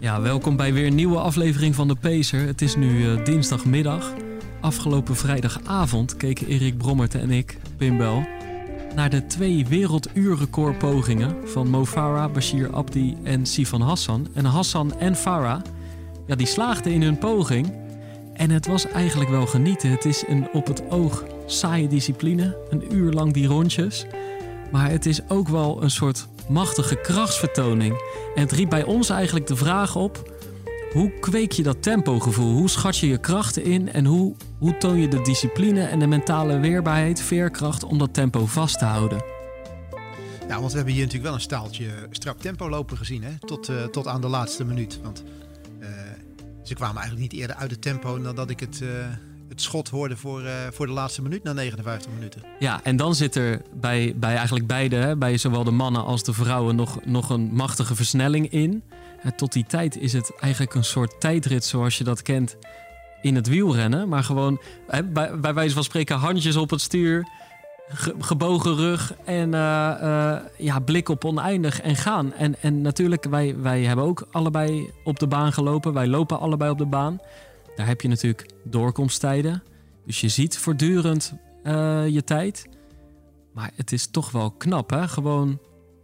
Ja, welkom bij weer een nieuwe aflevering van de Pacer. Het is nu dinsdagmiddag. Afgelopen vrijdagavond keken Erik Brommert en ik, Pim Bel, naar de 2 werelduurrecordpogingen van Mo Farah, Bashir Abdi en Sifan Hassan. En Hassan en Farah, ja, die slaagden in hun poging. En het was eigenlijk wel genieten. Het is een op het oog saaie discipline. 1 uur lang die rondjes. Maar het is ook wel een soort machtige krachtsvertoning. En het riep bij ons eigenlijk de vraag op: hoe kweek je dat tempogevoel? Hoe schat je je krachten in? En hoe toon je de discipline en de mentale weerbaarheid, veerkracht om dat tempo vast te houden? Ja, want we hebben hier natuurlijk wel een staaltje strak tempo lopen gezien, hè? Tot aan de laatste minuut. Want ze kwamen eigenlijk niet eerder uit het tempo dan dat ik het schot hoorde voor de laatste minuut na 59 minuten. Ja, en dan zit er bij eigenlijk beide, hè, bij zowel de mannen als de vrouwen, nog een machtige versnelling in. Tot die tijd is het eigenlijk een soort tijdrit zoals je dat kent in het wielrennen. Maar gewoon, bij wijze van spreken, handjes op het stuur, gebogen rug en blik op oneindig en gaan. En natuurlijk, wij hebben ook allebei op de baan gelopen. Wij lopen allebei op de baan. Daar heb je natuurlijk doorkomsttijden. Dus je ziet voortdurend je tijd. Maar het is toch wel knap, hè? Gewoon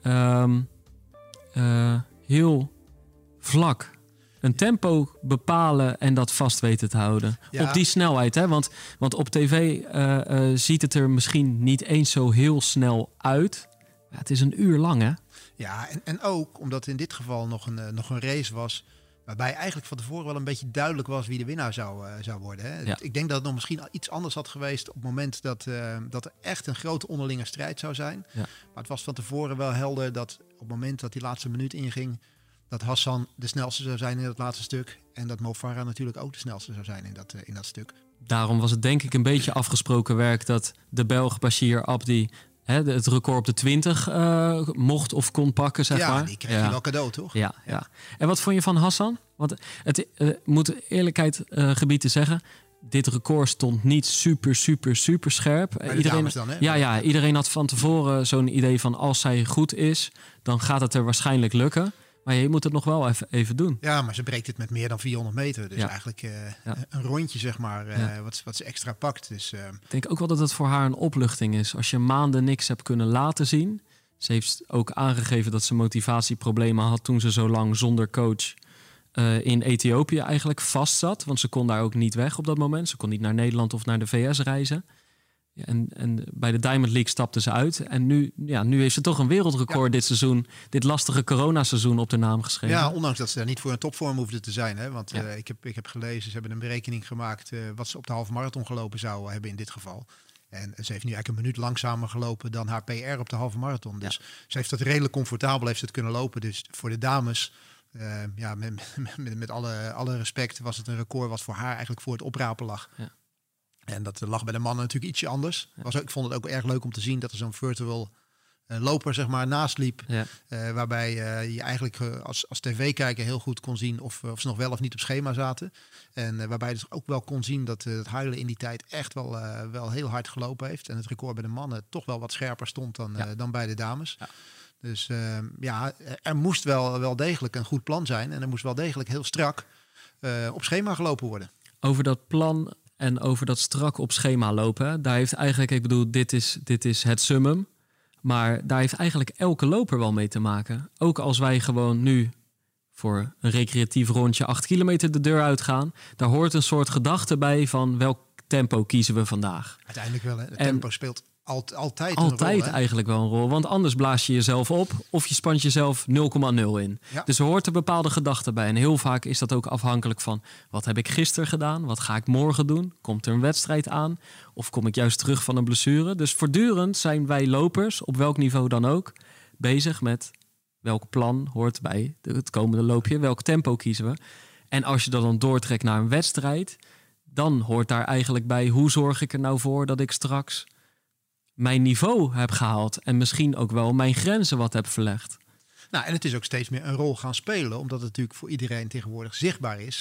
heel vlak. Een tempo bepalen en dat vast weten te houden. Ja. Op die snelheid, hè? Want op tv ziet het er misschien niet eens zo heel snel uit. Ja, het is 1 uur lang, hè? Ja, en ook omdat in dit geval nog een race was waarbij eigenlijk van tevoren wel een beetje duidelijk was wie de winnaar zou worden. Hè? Ja. Ik denk dat het nog misschien iets anders had geweest op het moment dat er echt een grote onderlinge strijd zou zijn. Ja. Maar het was van tevoren wel helder dat op het moment dat die laatste minuut inging, dat Hassan de snelste zou zijn in dat laatste stuk. En dat Mo Farah natuurlijk ook de snelste zou zijn in dat stuk. Daarom was het denk ik een beetje afgesproken werk dat de Belg Bashir Abdi het record op de 20 mocht of kon pakken, zeg maar. Ja, die kreeg je wel cadeau, toch? Ja. En wat vond je van Hassan? Want het moet eerlijkheid gebied te zeggen, dit record stond niet super scherp. Iedereen dan, hè? Ja, iedereen had van tevoren zo'n idee van als zij goed is, dan gaat het er waarschijnlijk lukken. Maar je moet het nog wel even doen. Ja, maar ze breekt het met meer dan 400 meter. Dus eigenlijk een rondje, zeg maar, wat ze extra pakt. Dus, ik denk ook wel dat het voor haar een opluchting is. Als je maanden niks hebt kunnen laten zien. Ze heeft ook aangegeven dat ze motivatieproblemen had toen ze zo lang zonder coach in Ethiopië eigenlijk vast zat. Want ze kon daar ook niet weg op dat moment. Ze kon niet naar Nederland of naar de VS reizen. Ja, en bij de Diamond League stapte ze uit. En nu heeft ze toch een wereldrecord dit seizoen. Dit lastige coronaseizoen op de naam geschreven. Ja, ondanks dat ze daar niet voor een topvorm hoefde te zijn. Hè? Want ik heb gelezen, ze hebben een berekening gemaakt wat ze op de halve marathon gelopen zou hebben in dit geval. En ze heeft nu eigenlijk 1 minuut langzamer gelopen dan haar PR op de halve marathon. Dus ze heeft dat redelijk comfortabel heeft het kunnen lopen. Dus voor de dames, met alle respect, was het een record wat voor haar eigenlijk voor het oprapen lag. Ja. En dat lag bij de mannen natuurlijk ietsje anders. Ja. Ik vond het ook erg leuk om te zien dat er zo'n virtual loper, zeg maar, naast liep. Ja. Waarbij je eigenlijk als tv-kijker heel goed kon zien of ze nog wel of niet op schema zaten. En waarbij je dus ook wel kon zien dat het huilen in die tijd echt wel heel hard gelopen heeft. En het record bij de mannen toch wel wat scherper stond dan bij de dames. Ja. Dus er moest wel degelijk een goed plan zijn. En er moest wel degelijk heel strak op schema gelopen worden. Over dat plan en over dat strak op schema lopen, daar heeft eigenlijk, ik bedoel, dit is het summum. Maar daar heeft eigenlijk elke loper wel mee te maken. Ook als wij gewoon nu voor een recreatief rondje 8 kilometer de deur uitgaan, daar hoort een soort gedachte bij van welk tempo kiezen we vandaag. Uiteindelijk wel, hè? Het tempo speelt altijd een rol, eigenlijk wel een rol. Want anders blaas je jezelf op of je spant jezelf 0,0 in. Ja. Dus er hoort een bepaalde gedachte bij. En heel vaak is dat ook afhankelijk van wat heb ik gisteren gedaan? Wat ga ik morgen doen? Komt er een wedstrijd aan? Of kom ik juist terug van een blessure? Dus voortdurend zijn wij lopers, op welk niveau dan ook, bezig met welk plan hoort bij het komende loopje. Welk tempo kiezen we? En als je dat dan doortrekt naar een wedstrijd, dan hoort daar eigenlijk bij hoe zorg ik er nou voor dat ik straks mijn niveau heb gehaald en misschien ook wel mijn grenzen wat heb verlegd. Nou, en het is ook steeds meer een rol gaan spelen, omdat het natuurlijk voor iedereen tegenwoordig zichtbaar is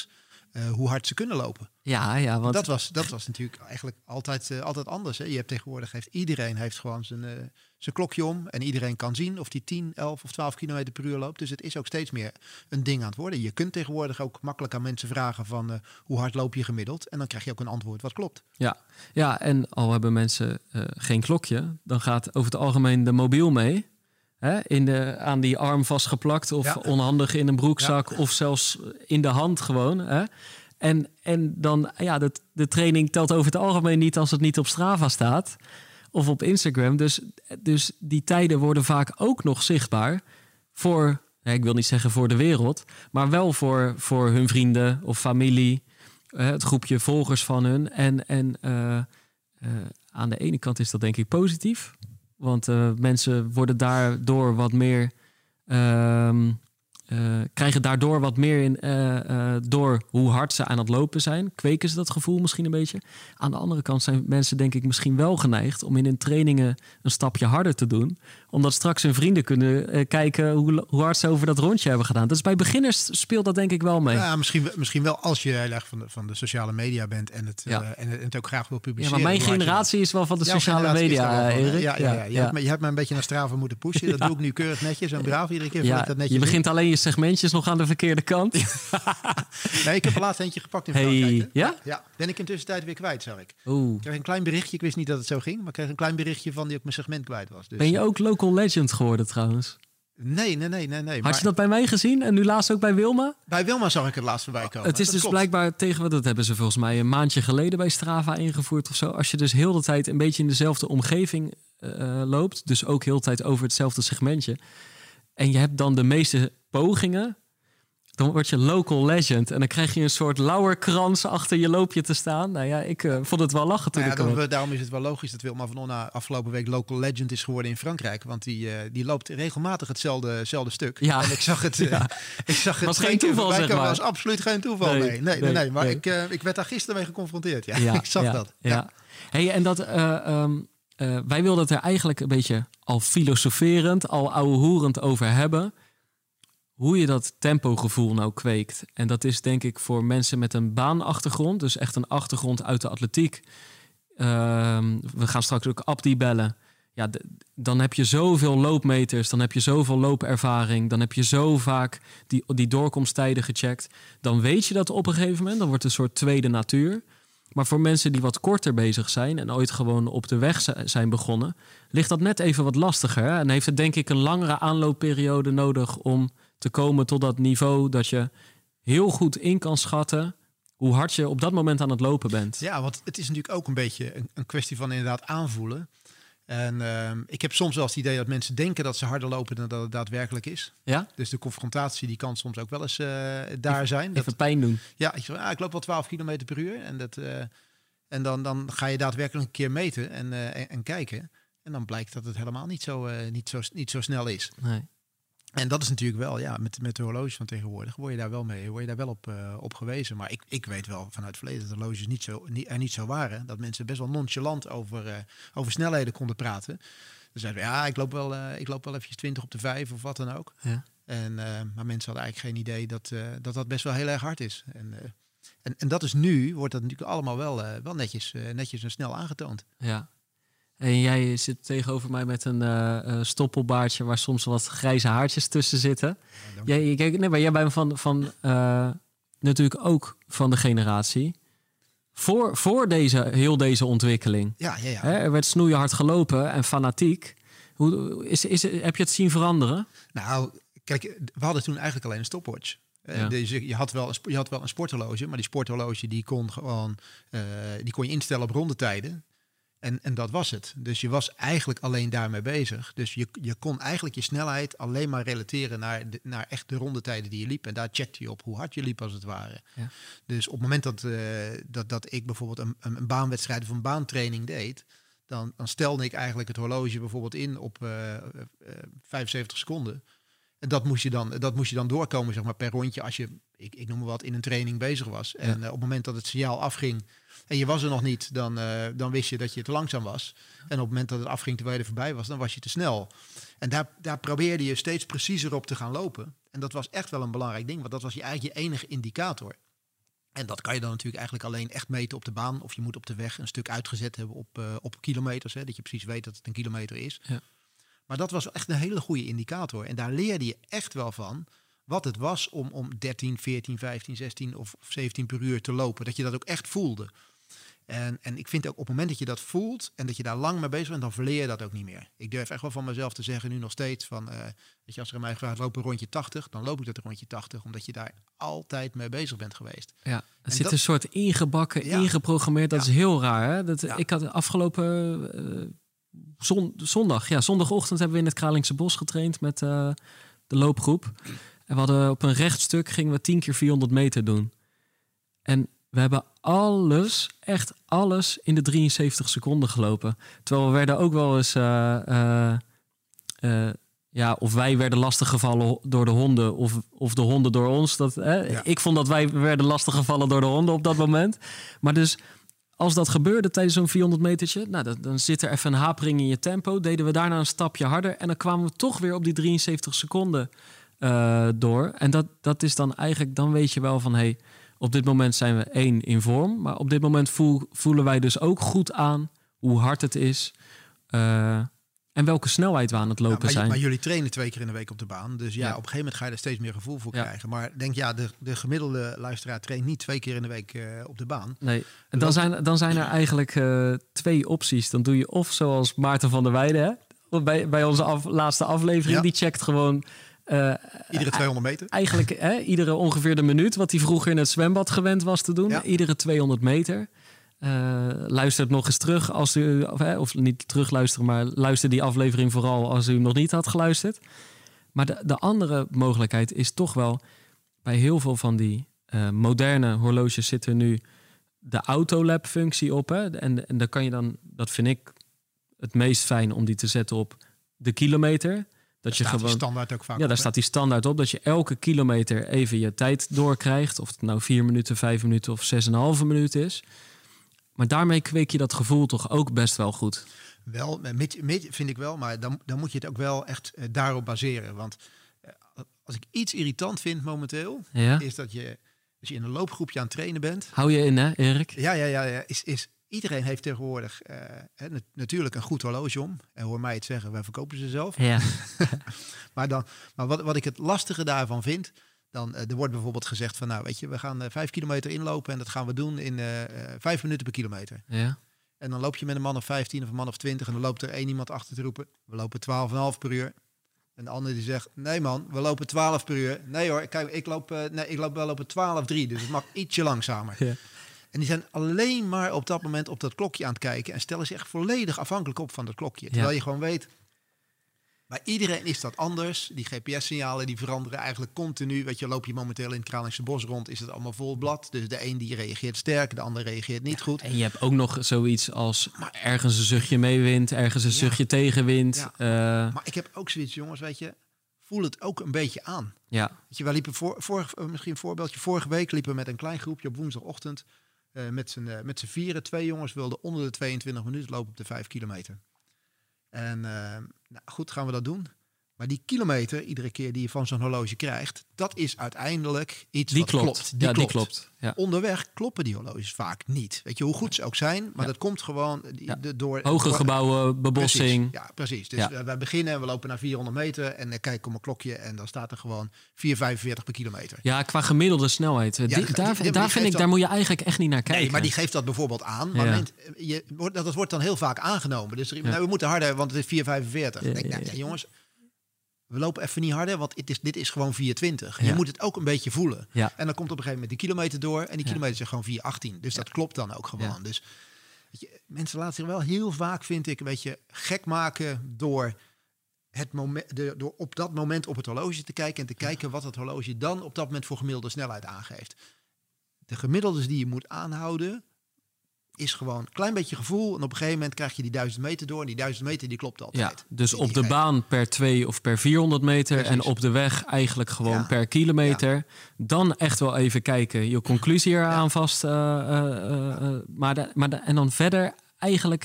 hoe hard ze kunnen lopen. Ja, want Dat was natuurlijk eigenlijk altijd anders. Hè? Je hebt tegenwoordig, iedereen heeft gewoon zijn klokje om. En iedereen kan zien of die 10, 11 of 12 kilometer per uur loopt. Dus het is ook steeds meer een ding aan het worden. Je kunt tegenwoordig ook makkelijk aan mensen vragen van hoe hard loop je gemiddeld. En dan krijg je ook een antwoord wat klopt. Ja, en al hebben mensen geen klokje, dan gaat over het algemeen de mobiel mee. Hè? Aan die arm vastgeplakt of onhandig in een broekzak of zelfs in de hand gewoon. Hè? En dan, de training telt over het algemeen niet als het niet op Strava staat of op Instagram. Dus die tijden worden vaak ook nog zichtbaar voor, ik wil niet zeggen voor de wereld, maar wel voor hun vrienden of familie, het groepje volgers van hun. En aan de ene kant is dat denk ik positief, want mensen worden daardoor wat meer krijgen daardoor wat meer in door hoe hard ze aan het lopen zijn. Kweken ze dat gevoel misschien een beetje. Aan de andere kant zijn mensen denk ik misschien wel geneigd om in hun trainingen een stapje harder te doen. Omdat straks hun vrienden kunnen kijken hoe hard ze over dat rondje hebben gedaan. Dus bij beginners speelt dat denk ik wel mee. Ja, misschien wel als je heel erg van de sociale media bent en het ook graag wil publiceren. Ja, maar mijn generatie is wel van de sociale media, Erik. Je hebt me een beetje naar Strava moeten pushen. Dat doe ik nu keurig netjes en braaf iedere keer. Dat netjes je begint alleen je segmentjes nog aan de verkeerde kant. Nee, ik heb er laatst eentje gepakt in Frankrijk. Ja? Ja, ben ik intussen tijd weer kwijt, zag ik. Ik kreeg een klein berichtje, ik wist niet dat het zo ging, maar ik kreeg een klein berichtje van die ook mijn segment kwijt was. Dus, ben je ook local legend geworden trouwens? Nee. Had je dat bij mij gezien en nu laatst ook bij Wilma? Bij Wilma zag ik het laatst voorbij komen. Het is dus blijkbaar dat hebben ze volgens mij een maandje geleden bij Strava ingevoerd of zo. Als je dus heel de tijd een beetje in dezelfde omgeving loopt, dus ook heel de tijd over hetzelfde segmentje, en je hebt dan de meeste pogingen, dan word je local legend. En dan krijg je een soort lauwerkrans achter je loopje te staan. Nou ja, ik vond het wel lachen toen daarom is het wel logisch dat Wilma van Onna afgelopen week local legend is geworden in Frankrijk. Want die loopt regelmatig hetzelfde stuk. Ja. En ik zag het. Was geen toeval, zeg maar. Was absoluut geen toeval. Nee. Maar ik werd daar gisteren mee geconfronteerd. Ja. Ik zag dat. Ja. Hey, en dat wij wilden het er eigenlijk een beetje al filosoferend, al ouwehoerend over hebben. Hoe je dat tempogevoel nou kweekt. En dat is denk ik voor mensen met een baanachtergrond. Dus echt een achtergrond uit de atletiek. We gaan straks ook Abdi bellen. Ja, dan heb je zoveel loopmeters. Dan heb je zoveel loopervaring. Dan heb je zo vaak die doorkomsttijden gecheckt. Dan weet je dat op een gegeven moment. Dan wordt het een soort tweede natuur. Maar voor mensen die wat korter bezig zijn en ooit gewoon op de weg zijn begonnen, ligt dat net even wat lastiger. Hè? En heeft het denk ik een langere aanloopperiode nodig om te komen tot dat niveau dat je heel goed in kan schatten hoe hard je op dat moment aan het lopen bent. Ja, want het is natuurlijk ook een beetje een kwestie van inderdaad aanvoelen. En ik heb soms wel eens het idee dat mensen denken dat ze harder lopen dan dat het daadwerkelijk is. Ja? Dus de confrontatie die kan soms ook wel eens daar zijn. Even pijn doen. Ja, ik loop wel 12 kilometer per uur. En dan ga je daadwerkelijk een keer meten en kijken. En dan blijkt dat het helemaal niet zo snel is. Nee. En dat is natuurlijk wel, met de horloges van tegenwoordig word je daar wel op gewezen. Maar ik weet wel vanuit het verleden dat de horloges niet zo waren. Dat mensen best wel nonchalant over snelheden konden praten. Dan zeiden we, ik loop wel eventjes 20 op de 5 of wat dan ook. Ja. Maar mensen hadden eigenlijk geen idee dat best wel heel erg hard is. En dat is nu, wordt dat natuurlijk allemaal wel netjes en snel aangetoond. Ja. En jij zit tegenover mij met een stoppelbaardje waar soms wat grijze haartjes tussen zitten. Ja, maar jij bent van natuurlijk ook van de generatie voor deze ontwikkeling. Ja. Er werd snoeihard gelopen en fanatiek. Heb je het zien veranderen? Nou, kijk, we hadden toen eigenlijk alleen een stopwatch. Dus je had wel een sporthorloge, maar die sporthorloge die kon je instellen op rondetijden. En dat was het. Dus je was eigenlijk alleen daarmee bezig. Dus je kon eigenlijk je snelheid alleen maar relateren naar echt de rondetijden die je liep. En daar checkte je op hoe hard je liep als het ware. Ja. Dus op het moment dat ik bijvoorbeeld een baanwedstrijd of een baantraining deed, dan stelde ik eigenlijk het horloge bijvoorbeeld in op 75 seconden. En dat moest je dan doorkomen, zeg maar, per rondje als je, ik noem maar wat, in een training bezig was. En op het moment dat het signaal afging en je was er nog niet, dan wist je dat je te langzaam was. En op het moment dat het afging terwijl je er voorbij was, dan was je te snel. En daar probeerde je steeds preciezer op te gaan lopen. En dat was echt wel een belangrijk ding, want dat was eigenlijk je enige indicator. En dat kan je dan natuurlijk eigenlijk alleen echt meten op de baan. Of je moet op de weg een stuk uitgezet hebben op kilometers. Hè, dat je precies weet dat het een kilometer is. Ja. Maar dat was echt een hele goede indicator. En daar leerde je echt wel van wat het was om 13, 14, 15, 16 of 17 per uur te lopen. Dat je dat ook echt voelde. En ik vind ook op het moment dat je dat voelt en dat je daar lang mee bezig bent, dan verleer je dat ook niet meer. Ik durf echt wel van mezelf te zeggen, nu nog steeds, van, weet je, als er aan mij vraagt, loop een rondje 80, dan loop ik dat een rondje 80, omdat je daar altijd mee bezig bent geweest. Ja, er zit een soort ingebakken, ingeprogrammeerd, dat is heel raar. Hè? Ik had afgelopen zondagochtend hebben we in het Kralingse Bos getraind met de loopgroep. En we hadden op een rechtstuk gingen we 10 keer 400 meter doen. En we hebben echt alles in de 73 seconden gelopen. Terwijl we werden ook wel eens... of wij werden lastiggevallen door de honden of de honden door ons. Ik vond dat wij werden lastiggevallen door de honden op dat moment. Maar dus als dat gebeurde tijdens zo'n 400 metertje... Nou, dan zit er even een hapering in je tempo. Deden we daarna een stapje harder. En dan kwamen we toch weer op die 73 seconden door. En dat is dan eigenlijk... Dan weet je wel van... Hey, op dit moment zijn we in vorm. Maar op dit moment voelen wij dus ook goed aan hoe hard het is. En welke snelheid we aan het lopen zijn. Maar jullie trainen 2 keer in de week op de baan. Dus op een gegeven moment ga je er steeds meer gevoel voor krijgen. Maar denk, de gemiddelde luisteraar traint niet 2 keer in de week op de baan. Nee, en dan zijn er eigenlijk 2 opties. Dan doe je of zoals Maarten van der Weijden, hè? Bij onze laatste aflevering. Ja. Die checkt gewoon... iedere 200 meter? Eigenlijk iedere ongeveer de minuut, wat hij vroeger in het zwembad gewend was te doen. Ja. Iedere 200 meter. Luister nog eens terug als u, of niet terugluisteren, maar luister die aflevering vooral als u nog niet had geluisterd. Maar de andere mogelijkheid is toch wel, bij heel veel van die moderne horloges zit er nu de autolab functie op. Hè? En daar kan je dan, dat vind ik het meest fijn om die te zetten op de kilometer. Dat je staat gewoon, die standaard ook vaak daar op, staat die standaard op. Dat je elke kilometer even je tijd doorkrijgt. Of het nou 4 minuten, 5 minuten of 6,5 minuten is. Maar daarmee kweek je dat gevoel toch ook best wel goed. Wel, vind ik wel. Maar dan moet je het ook wel echt daarop baseren. Want als ik iets irritant vind momenteel... is dat je, als je in een loopgroepje aan het trainen bent... Hou je in, hè, Erik? Ja. Iedereen heeft tegenwoordig natuurlijk een goed horloge om. En hoor mij het zeggen, wij verkopen ze zelf. Ja. maar wat ik het lastige daarvan vind... Dan, er wordt bijvoorbeeld gezegd van, nou weet je, we gaan 5 kilometer inlopen... en dat gaan we doen in 5 minuten per kilometer. Ja. En dan loop je met een man of 15 of een man of 20... en dan loopt er 1 iemand achter te roepen... we lopen 12,5 per uur. En de ander die zegt, nee man, we lopen 12 per uur. Nee hoor, kijk, ik loop 12,3, dus het mag ietsje langzamer. Ja. En die zijn alleen maar op dat moment op dat klokje aan het kijken... en stellen zich echt volledig afhankelijk op van dat klokje. Terwijl je gewoon weet... Bij iedereen is dat anders. Die GPS-signalen die veranderen eigenlijk continu. Weet je, loop je momenteel in het Kralingse Bos rond, is het allemaal vol blad. Dus de een die reageert sterk, de ander reageert niet goed. En je hebt ook nog zoiets als ergens een zuchtje meewind, ergens een zuchtje tegenwind. Ja. Maar ik heb ook zoiets, jongens, weet je, voel het ook een beetje aan. Ja. Weet je, wij liepen misschien een voorbeeldje. Vorige week liepen we met een klein groepje op woensdagochtend met z'n 4. 2 jongens wilden onder de 22 minuten lopen op de 5 kilometer. En goed, gaan we dat doen. Maar die kilometer, iedere keer die je van zo'n horloge krijgt... dat is uiteindelijk iets wat klopt. Die klopt. Ja. Onderweg kloppen die horloges vaak niet. Weet je, hoe goed ze ook zijn, maar dat komt gewoon door... Hoge gebouwen, bebossing. Precies. Dus wij beginnen en we lopen naar 400 meter... en dan kijk ik op mijn klokje en dan staat er gewoon 4,45 per kilometer. Ja, qua gemiddelde snelheid. Daar moet je eigenlijk echt niet naar kijken. Nee, maar die geeft dat bijvoorbeeld aan. Maar dat wordt dan heel vaak aangenomen. Dus we moeten harder, want het is 4,45. Jongens... We lopen even niet harder, want dit is gewoon 4,20. Je moet het ook een beetje voelen. Ja. En dan komt op een gegeven moment die kilometer door... en die kilometer zijn gewoon 4,18. Dus dat klopt dan ook gewoon. Ja. Dus weet je, mensen laten zich wel heel vaak, vind ik, een beetje gek maken... door op dat moment op het horloge te kijken... en te kijken wat het horloge dan op dat moment voor gemiddelde snelheid aangeeft. De gemiddeldes die je moet aanhouden... is gewoon een klein beetje gevoel. En op een gegeven moment krijg je die 1000 meter door. En die 1000 meter die klopt altijd. Ja, dus op de baan per 2 of per 400 meter. Precies. En op de weg eigenlijk gewoon per kilometer. Ja. Dan echt wel even kijken. Je conclusie eraan vast. En dan verder eigenlijk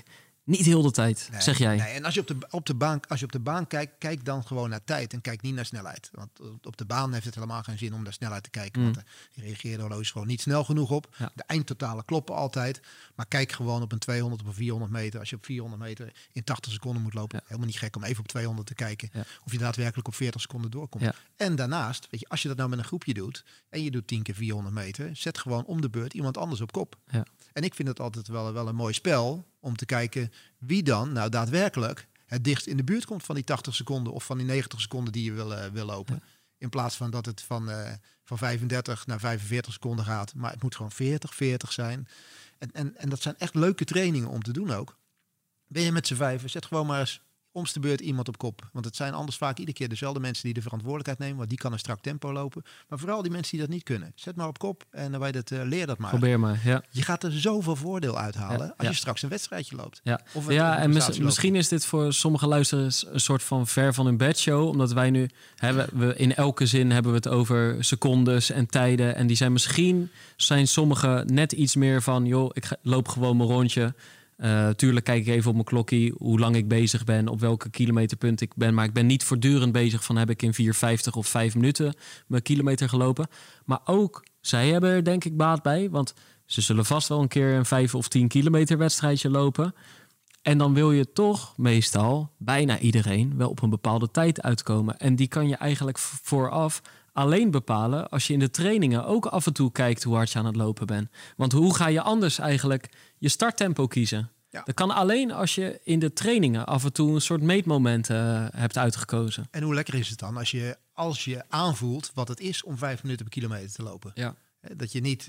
Niet heel de tijd, Nee, zeg jij. Nee. En als je op de baan kijkt, kijk dan gewoon naar tijd en kijk niet naar snelheid. Want op de baan heeft het helemaal geen zin om naar snelheid te kijken. Want die reageren de horloges gewoon niet snel genoeg op. Ja. De eindtotalen kloppen altijd. Maar kijk gewoon op een 200 of een 400 meter. Als je op 400 meter in 80 seconden moet lopen. Helemaal niet gek om even op 200 te kijken. Ja. Of je daadwerkelijk op 40 seconden doorkomt. Ja. En daarnaast, weet je, als je dat nou met een groepje doet en je doet 10 keer 400 meter, zet gewoon om de beurt iemand anders op kop. Ja. En ik vind het altijd wel een mooi spel om te kijken wie dan nou daadwerkelijk het dichtst in de buurt komt van die 80 seconden of van die 90 seconden die je wil lopen. Ja. In plaats van dat het van 35 naar 45 seconden gaat. Maar het moet gewoon 40 zijn. En dat zijn echt leuke trainingen om te doen ook. Ben je met z'n vijven, zet gewoon maar eens om de beurt iemand op kop. Want het zijn anders vaak iedere keer dezelfde mensen die de verantwoordelijkheid nemen. Want die kan een strak tempo lopen. Maar vooral die mensen die dat niet kunnen. Zet maar op kop en dan leer dat maar. Probeer maar, ja. Je gaat er zoveel voordeel uithalen als je straks een wedstrijdje loopt. Ja, of en misschien is dit voor sommige luisteraars een soort van ver van hun bed show. Omdat wij nu, we in elke zin hebben we het over secondes en tijden. En die zijn sommige net iets meer van, joh, ik loop gewoon mijn rondje. Tuurlijk kijk ik even op mijn klokkie hoe lang ik bezig ben, op welke kilometerpunt ik ben. Maar ik ben niet voortdurend bezig van heb ik in 4:50 of 5 minuten mijn kilometer gelopen. Maar ook zij hebben er denk ik baat bij. Want ze zullen vast wel een keer een 5 of 10 kilometer wedstrijdje lopen. En dan wil je toch meestal, bijna iedereen, wel op een bepaalde tijd uitkomen. En die kan je eigenlijk vooraf alleen bepalen als je in de trainingen ook af en toe kijkt hoe hard je aan het lopen bent. Want hoe ga je anders eigenlijk je starttempo kiezen? Ja. Dat kan alleen als je in de trainingen af en toe een soort meetmoment hebt uitgekozen. En hoe lekker is het dan als je aanvoelt wat het is om 5 minuten per kilometer te lopen? Ja. Dat je niet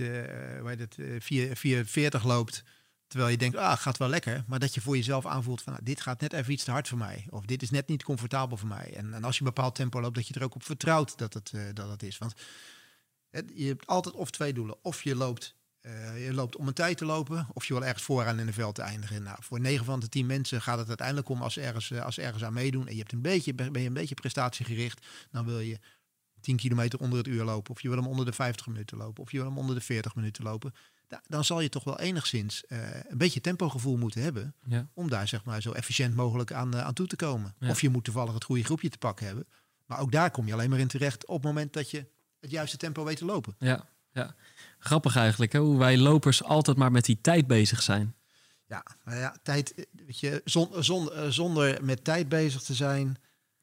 4:40 loopt, terwijl je denkt, gaat wel lekker. Maar dat je voor jezelf aanvoelt van, dit gaat net even iets te hard voor mij. Of dit is net niet comfortabel voor mij. En als je een bepaald tempo loopt, dat je er ook op vertrouwt dat het is. Want je hebt altijd of 2 doelen. Of je loopt om een tijd te lopen, of je wil ergens vooraan in de veld te eindigen. Nou, voor 9 van de 10 mensen gaat het uiteindelijk om als ze ergens aan meedoen. En ben je een beetje prestatiegericht, dan wil je 10 kilometer onder het uur lopen. Of je wil hem onder de 50 minuten lopen. Of je wil hem onder de 40 minuten lopen. Dan zal je toch wel enigszins een beetje tempogevoel moeten hebben. Ja. Om daar zeg maar zo efficiënt mogelijk aan toe te komen. Ja. Of je moet toevallig het goede groepje te pakken hebben. Maar ook daar kom je alleen maar in terecht op het moment dat je het juiste tempo weet te lopen. Ja. Grappig eigenlijk, hè? Hoe wij lopers altijd maar met die tijd bezig zijn. Ja, maar ja, tijd, weet je, zonder met tijd bezig te zijn.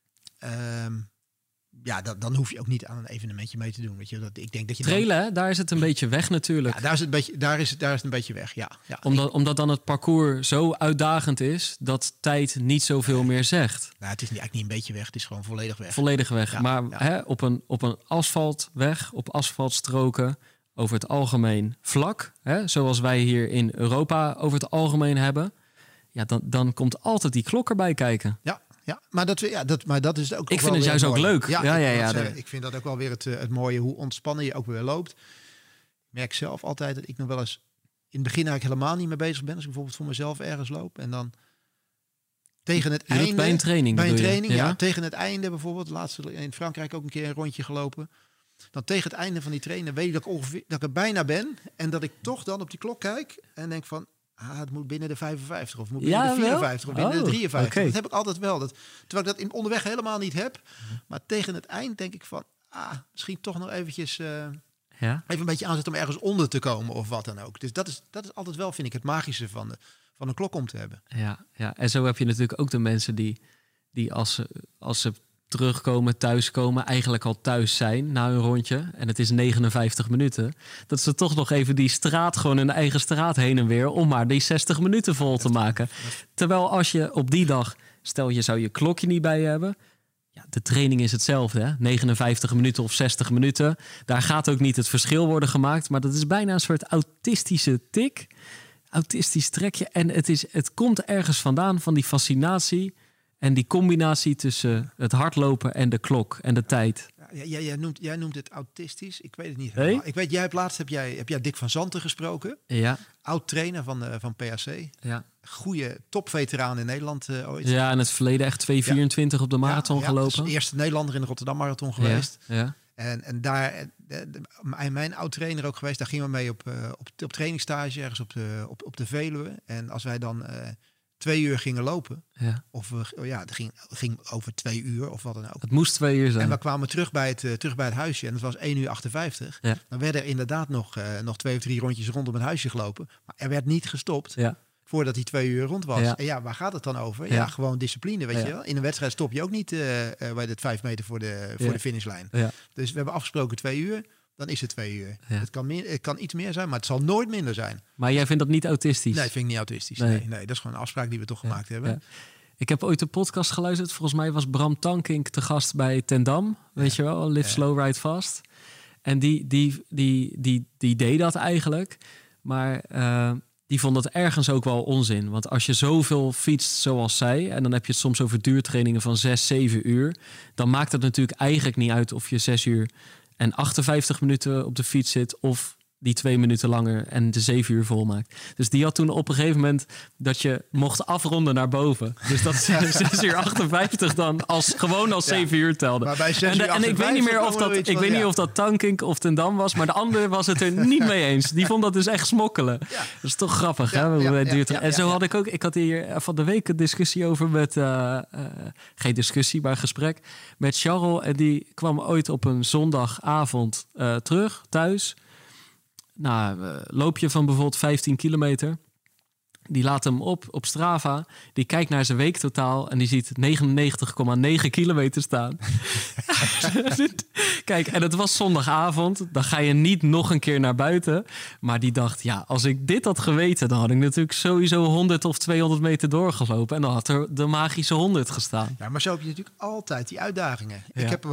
Dan hoef je ook niet aan een evenementje mee te doen. Weet je, ik denk dat je trailen, daar is het een beetje weg natuurlijk. Ja, daar is het een beetje weg, ja. Omdat dan het parcours zo uitdagend is dat tijd niet zoveel meer zegt. Nou, het is eigenlijk niet een beetje weg, het is gewoon volledig weg. Volledig weg, maar op een asfaltweg, op asfaltstroken, over het algemeen vlak, zoals wij hier in Europa over het algemeen hebben, dan komt altijd die klok erbij kijken. Ja, maar dat is ook. Ik vind het juist ook leuk. Ik vind dat ook wel weer het mooie, hoe ontspannen je ook weer loopt. Ik merk zelf altijd dat ik nog wel eens in het begin eigenlijk helemaal niet mee bezig ben. Als ik bijvoorbeeld voor mezelf ergens loop en dan tegen het einde. Bij een training. Ja, tegen het einde bijvoorbeeld. Laatst in Frankrijk ook een keer een rondje gelopen. Dan tegen het einde van die trainen weet ik dat ik er bijna ben. En dat ik toch dan op die klok kijk en denk van, het moet binnen de 55 of moet binnen de 54 of binnen de 53. Okay. Dat heb ik altijd wel. Terwijl ik dat onderweg helemaal niet heb. Maar tegen het eind denk ik van, misschien toch nog eventjes even een beetje aanzetten om ergens onder te komen of wat dan ook. Dus dat is altijd wel, vind ik, het magische van een klok om te hebben. Ja. En zo heb je natuurlijk ook de mensen die als ze terugkomen, thuiskomen, eigenlijk al thuis zijn na hun rondje. En het is 59 minuten. Dat ze toch nog even die straat, gewoon hun eigen straat heen en weer, om maar die 60 minuten vol te maken. Terwijl als je op die dag, stel je zou je klokje niet bij je hebben. Ja, de training is hetzelfde, hè? 59 minuten of 60 minuten. Daar gaat ook niet het verschil worden gemaakt. Maar dat is bijna een soort autistische tik. Autistisch trekje. En het komt ergens vandaan, van die fascinatie. En die combinatie tussen het hardlopen en de klok en de tijd. Jij noemt het autistisch. Ik weet het niet helemaal. Ik weet, heb jij Dick van Zanten gesproken? Ja. Oud-trainer van PAC. Ja. Goeie topveteraan in Nederland ooit. Ja, in het verleden echt 2:24 op de marathon gelopen. Dus eerste Nederlander in de Rotterdam Marathon geweest. Ja. En daar, mijn oud-trainer ook geweest. Daar gingen we mee op trainingstage ergens op de Veluwe. En als wij dan 2 uur gingen lopen. Ja. Of het ging over 2 uur of wat dan ook. Het moest 2 uur zijn. En we kwamen terug bij het huisje en het was 1 uur 58. Ja. Dan werden er inderdaad nog 2 of 3 rondjes rondom het huisje gelopen. Maar er werd niet gestopt voordat die 2 uur rond was. Ja. En waar gaat het dan over? Ja, gewoon discipline, weet je wel. In een wedstrijd stop je ook niet bij de 5 meter voor de finishlijn. Ja. Dus we hebben afgesproken 2 uur. Dan is het 2 uur. Ja. Het kan iets meer zijn, maar het zal nooit minder zijn. Maar jij vindt dat niet autistisch? Nee, vind ik niet autistisch. Nee. Nee, dat is gewoon een afspraak die we toch gemaakt hebben. Ja. Ik heb ooit een podcast geluisterd. Volgens mij was Bram Tankink te gast bij Ten Dam. Weet je wel, Live Slow, Ride Fast. En die deed dat eigenlijk. Maar die vond dat ergens ook wel onzin. Want als je zoveel fietst zoals zij... en dan heb je het soms over duurtrainingen van 6, 7 uur... dan maakt het natuurlijk eigenlijk niet uit of je 6 uur... en 58 minuten op de fiets zit... of die 2 minuten langer en de 7 uur volmaakt. Dus die had toen op een gegeven moment... dat je mocht afronden naar boven. Dus dat 6 uur 58 dan gewoon als 7 uur telde. Maar bij 6 uur en ik weet niet meer of dat... Ik weet niet of dat Tankink of Ten Dam was... maar de andere was het er niet mee eens. Die vond dat dus echt smokkelen. Ja. Dat is toch grappig, hè? En zo had ik ook... Ik had hier van de week een discussie over met... geen discussie, maar een gesprek... met Charles. En die kwam ooit op een zondagavond terug, thuis... loop je van bijvoorbeeld 15 kilometer. Die laat hem op Strava. Die kijkt naar zijn weektotaal en die ziet 99,9 kilometer staan. Kijk, en het was zondagavond. Dan ga je niet nog een keer naar buiten. Maar die dacht, als ik dit had geweten... dan had ik natuurlijk sowieso 100 of 200 meter doorgelopen. En dan had er de magische 100 gestaan. Ja, maar zo heb je natuurlijk altijd die uitdagingen. Ja. Ik heb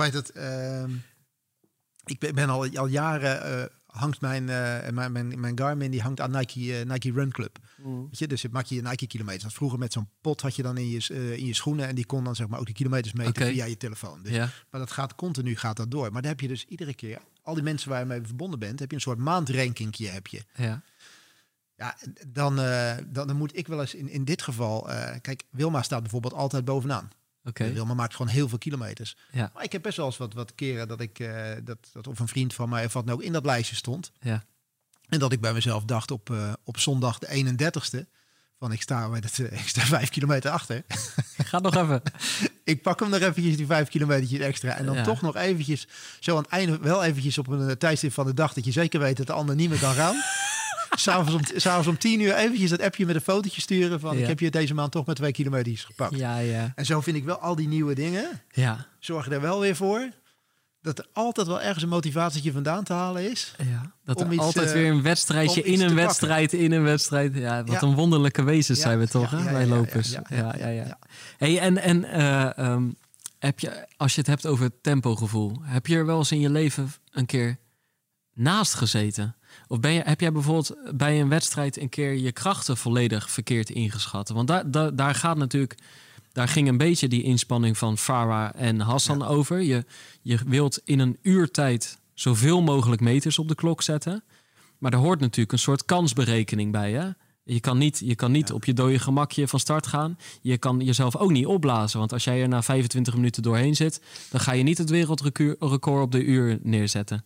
ik ben al jaren... hangt mijn Garmin, die hangt aan Nike Run Club. Weet je, dus maak je Nike kilometers. Want vroeger met zo'n pot had je dan in je schoenen... en die kon dan zeg maar ook de kilometers meten via je telefoon. Dus, maar dat gaat continu door. Maar dan heb je dus iedere keer... al die mensen waar je mee verbonden bent... heb je een soort maandrankingje. Heb je. Ja, dan moet ik wel eens in dit geval... kijk, Wilma staat bijvoorbeeld altijd bovenaan. Wilma maakt gewoon heel veel kilometers. Ja. Maar ik heb best wel eens wat keren dat ik dat of een vriend van mij of wat nou ook in dat lijstje stond. Ja. En dat ik bij mezelf dacht op zondag de 31ste van ik sta 5 kilometer achter. Ga nog even. Ik pak hem nog eventjes die 5 kilometer extra en dan toch nog eventjes zo aan het einde wel eventjes op een tijdstip van de dag dat je zeker weet dat de ander niet meer kan gaan. S'avonds om 10 uur eventjes dat appje met een fotootje sturen van ik heb je deze maand toch met 2 kilometers gepakt. Ja. En zo vind ik wel al die nieuwe dingen. Ja. Zorgen er wel weer voor dat er altijd wel ergens een motivatietje vandaan te halen is. Ja. Dat er altijd weer een wedstrijdje in een wedstrijd. Ja, wat een wonderlijke wezens zijn we toch, hè? Wij lopers. Ja. Hey, en heb je, als je het hebt over het tempogevoel, heb je er wel eens in je leven een keer naast gezeten? Of heb jij bijvoorbeeld bij een wedstrijd een keer je krachten volledig verkeerd ingeschat? Want daar gaat natuurlijk... Daar ging een beetje die inspanning van Farah en Hassan over. Je wilt in een uurtijd zoveel mogelijk meters op de klok zetten. Maar er hoort natuurlijk een soort kansberekening bij. Hè? Je kan niet op je dode gemakje van start gaan. Je kan jezelf ook niet opblazen. Want als jij er na 25 minuten doorheen zit... dan ga je niet het wereldrecord op de uur neerzetten.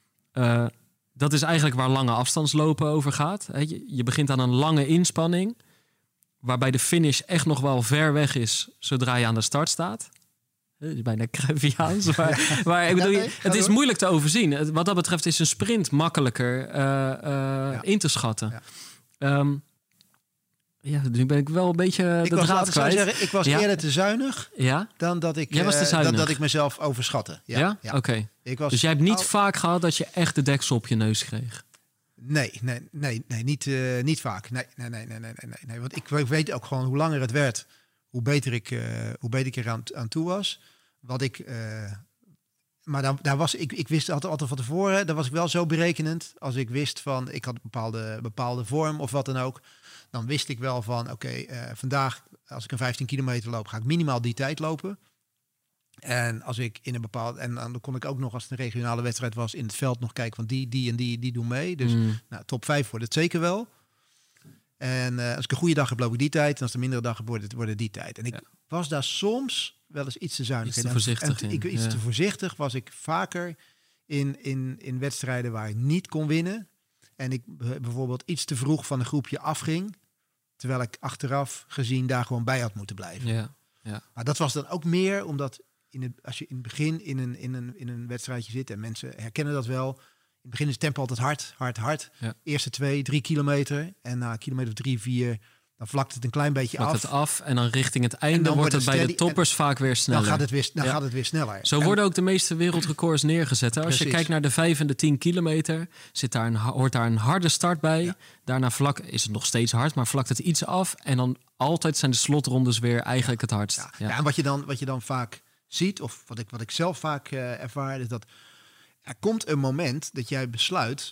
Dat is eigenlijk waar lange afstandslopen over gaat. Je begint aan een lange inspanning... waarbij de finish echt nog wel ver weg is zodra je aan de start staat. Dat is bijna Cruyffiaans. Maar ik bedoel, het is moeilijk te overzien. Wat dat betreft is een sprint makkelijker in te schatten. Nu ben ik wel een beetje de draad kwijt. Ik was eerder te zuinig dan dat ik mezelf overschatte. Ja? Oké. Dus jij hebt niet vaak gehad dat je echt de deksel op je neus kreeg? Nee, niet vaak. Nee. Want ik weet ook gewoon hoe langer het werd, hoe beter ik er aan toe was. Maar daar was ik wist altijd van tevoren, daar was ik wel zo berekenend. Als ik wist van, ik had een bepaalde vorm of wat dan ook, dan wist ik wel van, vandaag als ik een 15 kilometer loop, ga ik minimaal die tijd lopen. En als ik in een bepaald... En dan kon ik ook nog, als het een regionale wedstrijd was, in het veld nog kijken van die en die doen mee. Dus top 5 wordt het zeker wel. En als ik een goede dag heb, loop ik die tijd. En als het een mindere dag heb, wordt het die tijd. En ik was daar soms wel eens iets te zuinig. Iets te voorzichtig in. Iets te voorzichtig was ik vaker in wedstrijden waar ik niet kon winnen. En ik bijvoorbeeld iets te vroeg van een groepje afging. Terwijl ik achteraf gezien daar gewoon bij had moeten blijven. Ja. Maar dat was dan ook meer omdat als je in het begin in een wedstrijdje zit... en mensen herkennen dat wel... In het begin is het tempo altijd hard. Ja. Eerste 2-3 kilometer. En na kilometer 3, 4... dan vlakt het een klein beetje af. Het af en dan richting het einde wordt het bij de toppers vaak weer sneller. Dan gaat het weer sneller. Zo worden ook de meeste wereldrecords neergezet. Hè? Als je kijkt naar de 5 en de 10 kilometer... hoort daar een harde start bij. Ja. Daarna is het nog steeds hard, maar vlakt het iets af. En dan altijd zijn de slotrondes weer eigenlijk het hardst. Ja, en wat je dan vaak ziet, of wat ik zelf vaak ervaar... is dat er komt een moment dat jij besluit...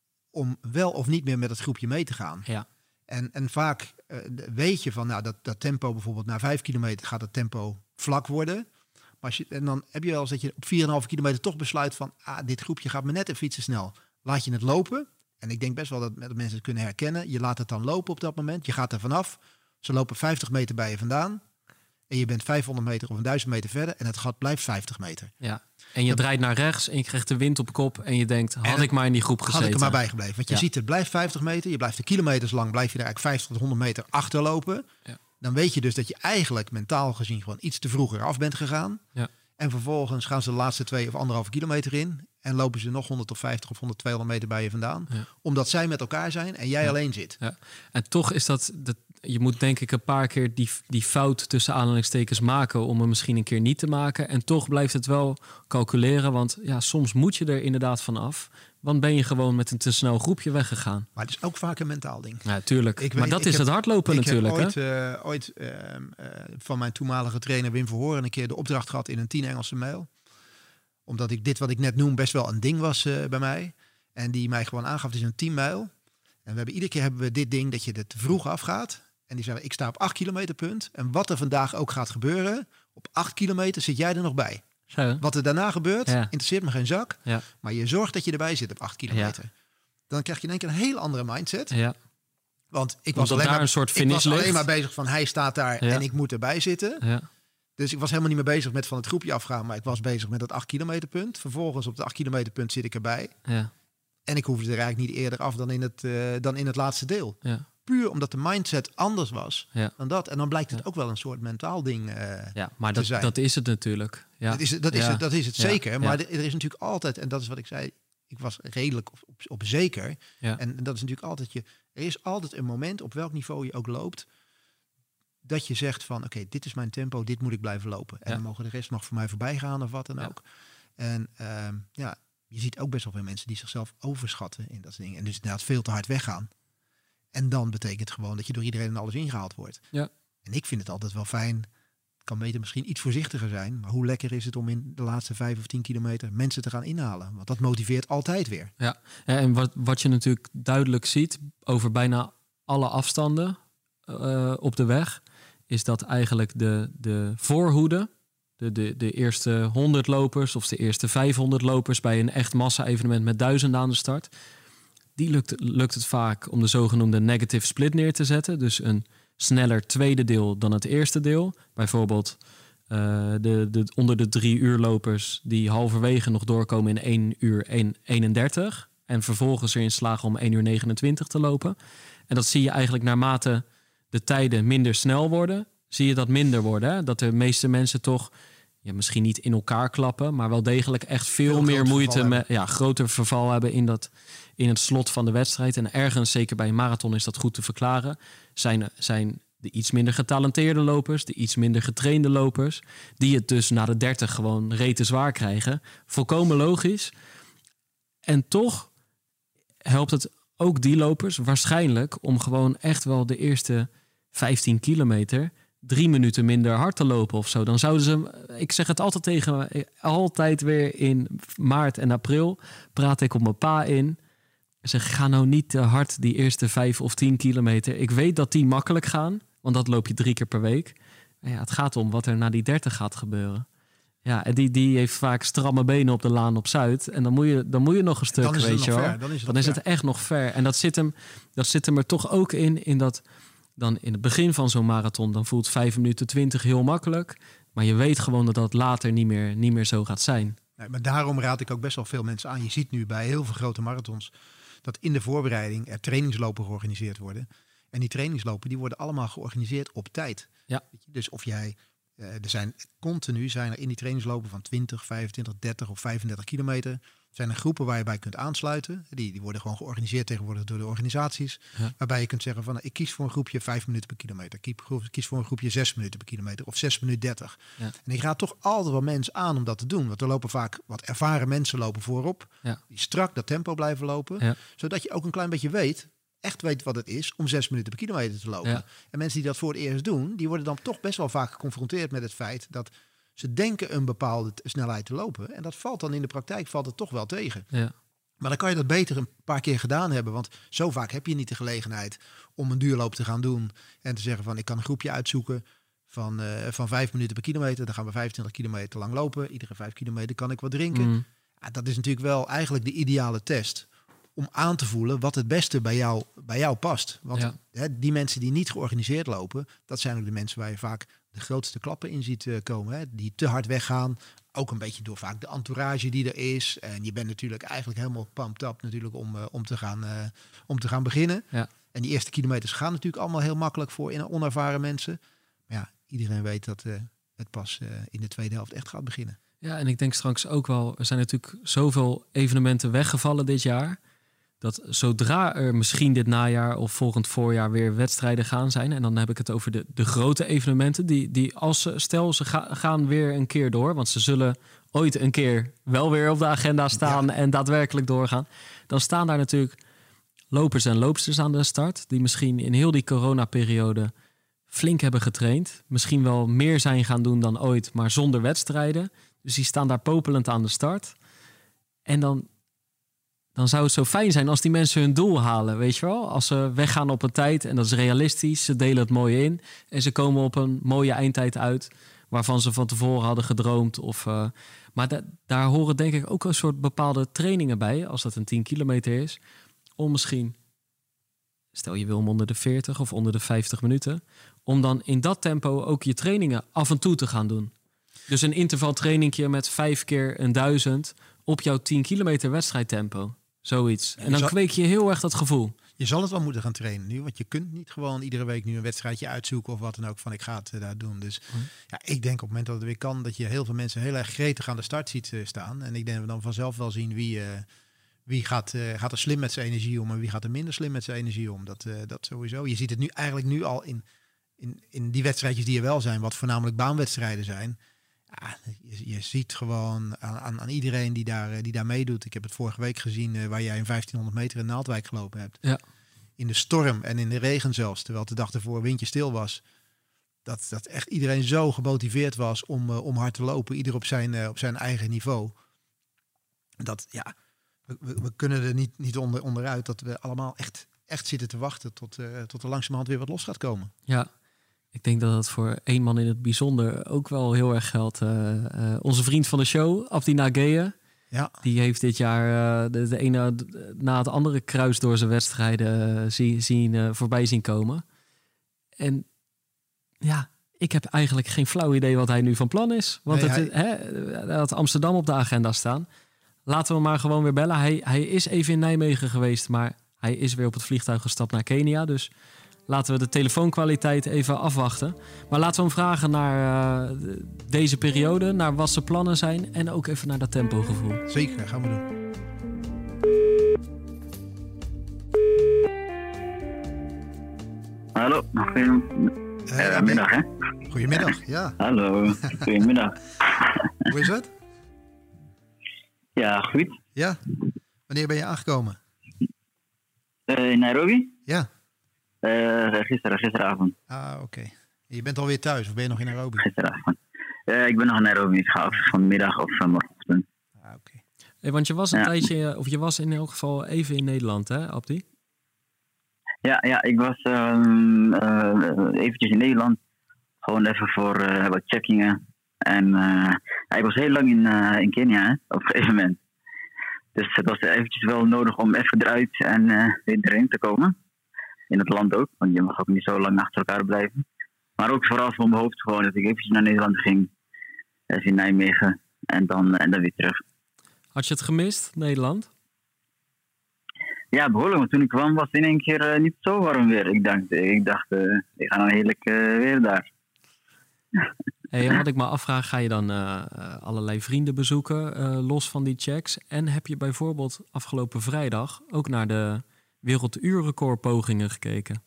om wel of niet meer met het groepje mee te gaan. Ja. En vaak weet je van, dat tempo bijvoorbeeld na 5 kilometer gaat het tempo vlak worden. Maar en dan heb je wel eens dat je op 4,5 kilometer toch besluit van, dit groepje gaat me net even iets te snel. Laat je het lopen. En ik denk best wel dat mensen het kunnen herkennen. Je laat het dan lopen op dat moment. Je gaat er vanaf. Ze lopen 50 meter bij je vandaan. En je bent 500 meter of 1000 meter verder. En het gat blijft 50 meter. Ja. En je draait naar rechts en je krijgt de wind op kop. En je denkt, had ik maar in die groep gezeten. Had ik er maar bijgebleven. Want je ziet, het blijft 50 meter. Je blijft de kilometers lang, blijf je er eigenlijk 50 tot 100 meter achterlopen. Ja. Dan weet je dus dat je eigenlijk mentaal gezien gewoon iets te vroeger af bent gegaan. Ja. En vervolgens gaan ze de laatste 2 of 1,5 kilometer in. En lopen ze nog 150 of 200 meter bij je vandaan. Ja. Omdat zij met elkaar zijn en jij alleen zit. Ja. En toch is dat je moet denk ik een paar keer die fout tussen aanhalingstekens maken... om hem misschien een keer niet te maken. En toch blijft het wel calculeren. Want soms moet je er inderdaad van af. Want ben je gewoon met een te snel groepje weggegaan. Maar het is ook vaak een mentaal ding. Ja, tuurlijk. Maar dat is het hardlopen natuurlijk. Ik heb ooit van mijn toenmalige trainer Wim Verhoorn... een keer de opdracht gehad in een 10 Engelse mijl. Omdat dit wat ik net noem best wel een ding was bij mij. En die mij gewoon aangaf, het is een 10 mijl. En iedere keer hebben we dit ding dat je er te vroeg afgaat. En die zeggen, ik sta op 8 kilometer punt. En wat er vandaag ook gaat gebeuren, op 8 kilometer zit jij er nog bij. Zo. Wat er daarna gebeurt, interesseert me geen zak. Ja. Maar je zorgt dat je erbij zit op 8 kilometer. Ja. Dan krijg je in één keer een heel andere mindset. Ja. Want ik was alleen maar bezig van, hij staat daar en ik moet erbij zitten. Ja. Dus ik was helemaal niet meer bezig met van het groepje afgaan. Maar ik was bezig met dat 8 kilometer punt. Vervolgens op de 8 kilometer punt zit ik erbij. Ja. En ik hoefde er eigenlijk niet eerder af dan in het laatste deel. Ja. Puur omdat de mindset anders was dan dat. En dan blijkt het ook wel een soort mentaal ding maar te zijn. Dat is het natuurlijk. Ja. Dat is het zeker. Ja. Maar er is natuurlijk altijd, en dat is wat ik zei... ik was redelijk op zeker. Ja. En dat is natuurlijk altijd... er is altijd een moment, op welk niveau je ook loopt... dat je zegt van, oké, dit is mijn tempo, dit moet ik blijven lopen. En dan mogen de rest nog voor mij voorbij gaan of wat dan ook. En je ziet ook best wel veel mensen die zichzelf overschatten in dat ding. En dus inderdaad veel te hard weggaan. En dan betekent gewoon dat je door iedereen en alles ingehaald wordt. Ja. En ik vind het altijd wel fijn. Het kan beter misschien iets voorzichtiger zijn. Maar hoe lekker is het om in de laatste 5 of 10 kilometer mensen te gaan inhalen? Want dat motiveert altijd weer. Ja, en wat je natuurlijk duidelijk ziet over bijna alle afstanden op de weg... is dat eigenlijk de voorhoede... De eerste 100 lopers of de eerste 500 lopers... bij een echt massa-evenement met duizenden aan de start... die lukt het vaak om de zogenoemde negative split neer te zetten. Dus een sneller tweede deel dan het eerste deel. Bijvoorbeeld onder de 3 uur lopers... die halverwege nog doorkomen in 1 uur 31... en vervolgens erin slagen om 1 uur 29 te lopen. En dat zie je eigenlijk naarmate de tijden minder snel worden... zie je dat minder worden. Hè? Dat de meeste mensen toch misschien niet in elkaar klappen... maar wel degelijk echt veel meer moeite met groter verval hebben in het slot van de wedstrijd. En ergens, zeker bij een marathon, is dat goed te verklaren. Zijn de iets minder getalenteerde lopers, de iets minder getrainde lopers... die het dus na de 30 gewoon rete zwaar krijgen. Volkomen logisch. En toch helpt het ook die lopers waarschijnlijk... om gewoon echt wel de eerste 15 kilometer... 3 minuten minder hard te lopen of zo. Dan zouden ze... Ik zeg het altijd weer in maart en april... praat ik op mijn pa in... Zeg, ga nou niet te hard die eerste 5 of 10 kilometer. Ik weet dat die makkelijk gaan, want dat loop je 3 keer per week. Maar het gaat om wat er na die 30 gaat gebeuren. Ja, en die heeft vaak stramme benen op de Laan op Zuid. En dan moet je nog een stuk, weet je wel. Dan is het echt nog ver. En dat zit hem er toch ook in dat... Dan in het begin van zo'n marathon, dan voelt 5 minuten 20 heel makkelijk. Maar je weet gewoon dat dat later niet meer zo gaat zijn. Nee, maar daarom raad ik ook best wel veel mensen aan. Je ziet nu bij heel veel grote marathons... dat in de voorbereiding er trainingslopen georganiseerd worden. En die trainingslopen die worden allemaal georganiseerd op tijd. Ja. Dus of jij... er zijn in die trainingslopen van 20, 25, 30 of 35 kilometer... zijn er groepen waar je bij kunt aansluiten. Die worden gewoon georganiseerd tegenwoordig door de organisaties. Ja. Waarbij je kunt zeggen van ik kies voor een groepje 5 minuten per kilometer. Ik kies voor een groepje 6 minuten per kilometer of 6 minuten 30. Ja. En ik raad toch altijd wel mensen aan om dat te doen. Want er lopen vaak wat ervaren mensen lopen voorop. Ja. Die strak dat tempo blijven lopen. Ja. Zodat je ook een klein beetje echt weet wat het is om 6 minuten per kilometer te lopen. Ja. En mensen die dat voor het eerst doen, die worden dan toch best wel vaak geconfronteerd met het feit dat ze denken een bepaalde snelheid te lopen. En dat valt dan in de praktijk het toch wel tegen. Ja. Maar dan kan je dat beter een paar keer gedaan hebben. Want zo vaak heb je niet de gelegenheid om een duurloop te gaan doen. En te zeggen van ik kan een groepje uitzoeken van 5 minuten per kilometer. Dan gaan we 25 kilometer lang lopen. Iedere 5 kilometer kan ik wat drinken. Ja, dat is natuurlijk wel eigenlijk de ideale test. Om aan te voelen wat het beste bij jou past. Want die mensen die niet georganiseerd lopen, dat zijn ook de mensen waar je vaak de grootste klappen in ziet komen. Hè? Die te hard weggaan. Ook een beetje door vaak de entourage die er is. En je bent natuurlijk eigenlijk helemaal pumped up natuurlijk om te gaan beginnen. Ja. En die eerste kilometers gaan natuurlijk allemaal heel makkelijk voor onervaren mensen. Maar ja, iedereen weet dat het pas in de tweede helft echt gaat beginnen. Ja, en ik denk straks ook wel, er zijn natuurlijk zoveel evenementen weggevallen dit jaar. Dat zodra er misschien dit najaar of volgend voorjaar weer wedstrijden gaan zijn. En dan heb ik het over de grote evenementen. Die ze gaan weer een keer door. Want ze zullen ooit een keer wel weer op de agenda staan en daadwerkelijk doorgaan. Dan staan daar natuurlijk lopers en loopsters aan de start. Die misschien in heel die coronaperiode flink hebben getraind. Misschien wel meer zijn gaan doen dan ooit, maar zonder wedstrijden. Dus die staan daar popelend aan de start. En dan zou het zo fijn zijn als die mensen hun doel halen, weet je wel? Als ze weggaan op een tijd en dat is realistisch. Ze delen het mooi in en ze komen op een mooie eindtijd uit waarvan ze van tevoren hadden gedroomd. Maar daar horen denk ik ook een soort bepaalde trainingen bij, als dat een 10 kilometer is. Om misschien, stel je wil om onder de 40 of onder de 50 minuten, om dan in dat tempo ook je trainingen af en toe te gaan doen. Dus een intervaltrainingje met 5 keer 1000 op jouw 10 kilometer wedstrijdtempo. Zoiets. En dan kweek je heel erg dat gevoel. Je zal het wel moeten gaan trainen nu. Want je kunt niet gewoon iedere week nu een wedstrijdje uitzoeken of wat dan ook van ik ga het daar doen. Dus ik denk op het moment dat het weer kan, dat je heel veel mensen heel erg gretig aan de start ziet staan. En ik denk dat we dan vanzelf wel zien wie gaat er slim met zijn energie om en wie gaat er minder slim met zijn energie om. Dat sowieso. Je ziet het nu eigenlijk nu al in die wedstrijdjes die er wel zijn, wat voornamelijk baanwedstrijden zijn. Ja, je ziet gewoon aan iedereen die daar meedoet. Ik heb het vorige week gezien waar jij in 1500 meter in Naaldwijk gelopen hebt. Ja. In de storm en in de regen zelfs. Terwijl de dag ervoor windje stil was. Dat echt iedereen zo gemotiveerd was om hard te lopen. Ieder op zijn eigen niveau. Dat we kunnen er niet onderuit dat we allemaal echt zitten te wachten tot er langzamerhand weer wat los gaat komen. Ja. Ik denk dat het voor één man in het bijzonder ook wel heel erg geldt. Onze vriend van de show, Abdi Nageye. Ja. Die heeft dit jaar de ene na het andere kruis door zijn wedstrijden voorbij zien komen. En ja, ik heb eigenlijk geen flauw idee wat hij nu van plan is. Want hij had Amsterdam op de agenda staan. Laten we hem maar gewoon weer bellen. Hij is even in Nijmegen geweest, maar hij is weer op het vliegtuig gestapt naar Kenia. Dus laten we de telefoonkwaliteit even afwachten. Maar laten we hem vragen naar deze periode, naar wat zijn plannen zijn en ook even naar dat tempogevoel. Zeker, gaan we doen. Hallo, goedemiddag hè? Goedemiddag, ja. Hallo, goedemiddag. Hoe is het? Ja, goed. Ja, wanneer ben je aangekomen? In Nairobi? Ja. Gisteravond. Ah, oké. Je bent alweer thuis of ben je nog in Nairobi? Gisteravond. Ik ben nog in Nairobi. Ik ga vanmiddag of morgenochtend. Ah, oké. Hey, want je was een tijdje, of je was in elk geval even in Nederland, hè, Abdi? Ja, ik was eventjes in Nederland. Gewoon even voor wat checkingen. En ik was heel lang in Kenia, hè, op een gegeven moment. Dus het was eventjes wel nodig om even eruit en weer erin te komen. In het land ook, want je mag ook niet zo lang achter elkaar blijven. Maar ook vooral voor mijn hoofd gewoon dat ik eventjes naar Nederland ging. Even in Nijmegen en dan weer terug. Had je het gemist, Nederland? Ja, behoorlijk. Want toen ik kwam was het in één keer niet zo warm weer. Ik dacht, ik ga een heerlijk weer daar. Hey, wat ik me afvraag, ga je dan allerlei vrienden bezoeken, los van die checks? En heb je bijvoorbeeld afgelopen vrijdag ook naar de werelduurrecordpogingen gekeken?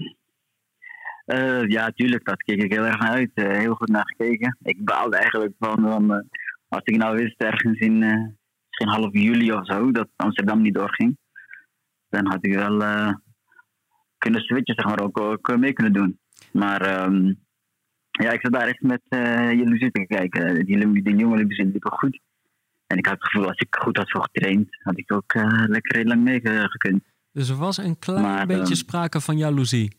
Ja, tuurlijk. Dat keek ik heel erg naar uit. Heel goed naar gekeken. Ik baalde eigenlijk van als ik nou wist ergens in misschien half juli of zo, dat Amsterdam niet doorging. Dan had ik wel kunnen switchen, zeg maar, ook mee kunnen doen. Maar ja, ik zat daar echt met jaloezie te kijken. Die jonge Olympische liepen goed. En ik had het gevoel, als ik goed had voor getraind, had ik ook lekker heel lang mee gekund. Dus er was een klein beetje sprake van jaloezie.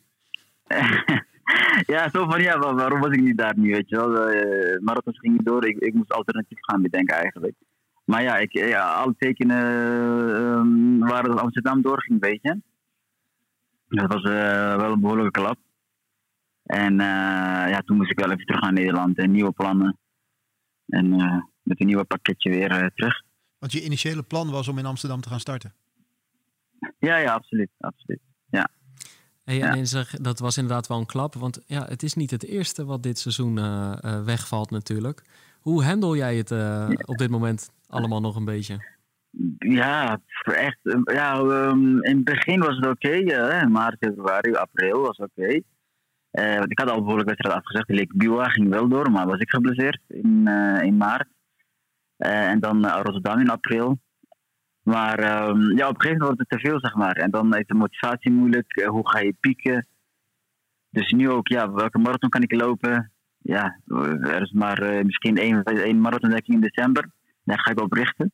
Ja, zo van, ja, waarom was ik niet daar nu, weet je wel. Marathons ging niet door, ik moest alternatief gaan bedenken eigenlijk. Maar ja, alle tekenen waren dat Amsterdam doorging, weet je. Dat was wel een behoorlijke klap. En ja, toen moest ik wel even terug naar Nederland en nieuwe plannen. En met een nieuw pakketje weer terug. Want je initiële plan was om in Amsterdam te gaan starten? Ja, absoluut. Ja. Hey, en zeg, dat was inderdaad wel een klap. Want ja, het is niet het eerste wat dit seizoen wegvalt natuurlijk. Hoe handel jij het op dit moment allemaal nog een beetje? Ja, echt. Ja, in het begin was het oké. Maart, februari, april was oké. Want ik had al behoorlijk wedstrijd afgezegd. De Lake Biwa ging wel door, maar was ik geblesseerd in maart. En dan Rotterdam in april. Maar ja, op een gegeven moment wordt het te veel, zeg maar. En dan is de motivatie moeilijk. Hoe ga je pieken? Dus nu ook, ja, welke marathon kan ik lopen? Ja, er is maar misschien één marathondekking in december. Daar ga ik op richten.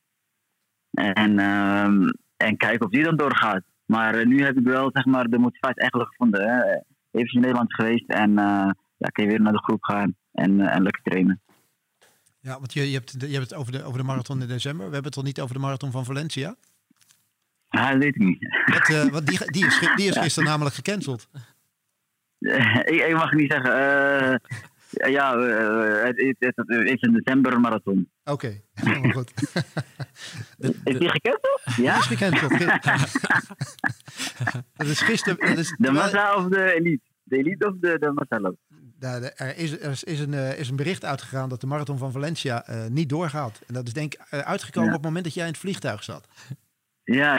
En kijken of die dan doorgaat. Maar nu heb ik wel, zeg maar, de motivatie eigenlijk gevonden. Hè. Even in Nederland geweest en ja, kan je weer naar de groep gaan en lekker trainen. Ja, want je hebt het over de marathon in december. We hebben het toch niet over de marathon van Valencia? Ja, dat weet ik niet. Want die is gisteren namelijk gecanceld. Ik mag niet zeggen. Ja, het is een december marathon. Oké, helemaal goed. Is die gecanceld? Ja? Die is gecanceld. Dat is gisteren. De massa of de elite? De elite of de massa? Er is een bericht uitgegaan dat de marathon van Valencia niet doorgaat. En dat is denk ik uitgekomen op het moment dat jij in het vliegtuig zat. Ja.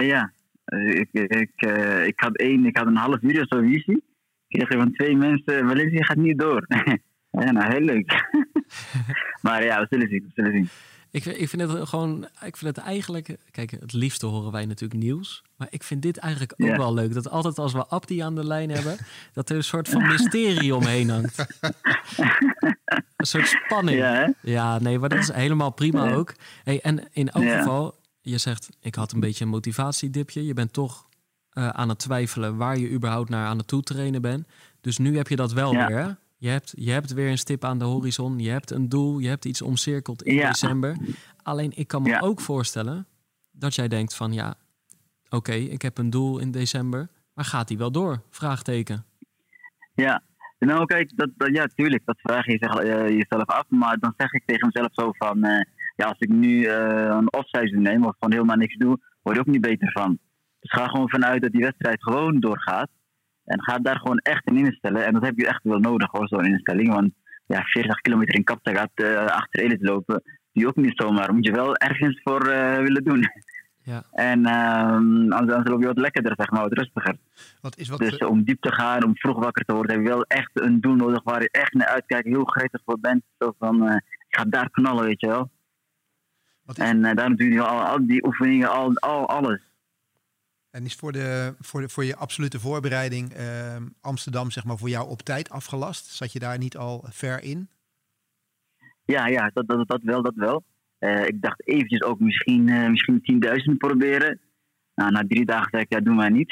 Ik had een half uur of zo visie. Ik kreeg van 2 mensen, Valencia gaat niet door. Ja, nou, heel leuk. Maar ja, we zullen zien. Ik vind het eigenlijk... Kijk, het liefste horen wij natuurlijk nieuws. Maar ik vind dit eigenlijk ook wel leuk. Dat altijd als we Abdi aan de lijn hebben... dat er een soort van mysterie omheen hangt. Een soort spanning. Ja, nee, maar dat is helemaal prima ook. Hey, en in elk geval, je zegt... ik had een beetje een motivatiedipje. Je bent toch aan het twijfelen... waar je überhaupt naar aan het toetrainen bent. Dus nu heb je dat wel weer, hè? Je hebt weer een stip aan de horizon. Je hebt een doel. Je hebt iets omcirkeld in december. Alleen ik kan me ook voorstellen dat jij denkt van... ja, oké, ik heb een doel in december. Maar gaat die wel door? Vraagteken. Ja, nou kijk, ja, tuurlijk. Dat vraag je jezelf af. Maar dan zeg ik tegen mezelf zo van... ja, als ik nu een off-seizoen neem of van helemaal niks doe... word je ook niet beter van. Dus ga gewoon vanuit dat die wedstrijd gewoon doorgaat. En ga daar gewoon echt in instellen. En dat heb je echt wel nodig, hoor, zo'n instelling. Want ja, 40 kilometer in Kaptagat achter Elis lopen, die ook niet zomaar. Moet je wel ergens voor willen doen. Ja. En dan loop je wat lekkerder, zeg maar, wat rustiger. Dus om diep te gaan, om vroeg wakker te worden, heb je wel echt een doel nodig waar je echt naar uitkijkt, heel gretig voor bent. Zo van, ik ga daar knallen, weet je wel. En daarom doe je al die oefeningen, alles. En is voor je absolute voorbereiding Amsterdam, zeg maar, voor jou op tijd afgelast? Zat je daar niet al ver in? Ja, dat wel. Ik dacht eventjes ook misschien 10.000 proberen. Nou, na 3 dagen zei ik, ja, doe maar niet.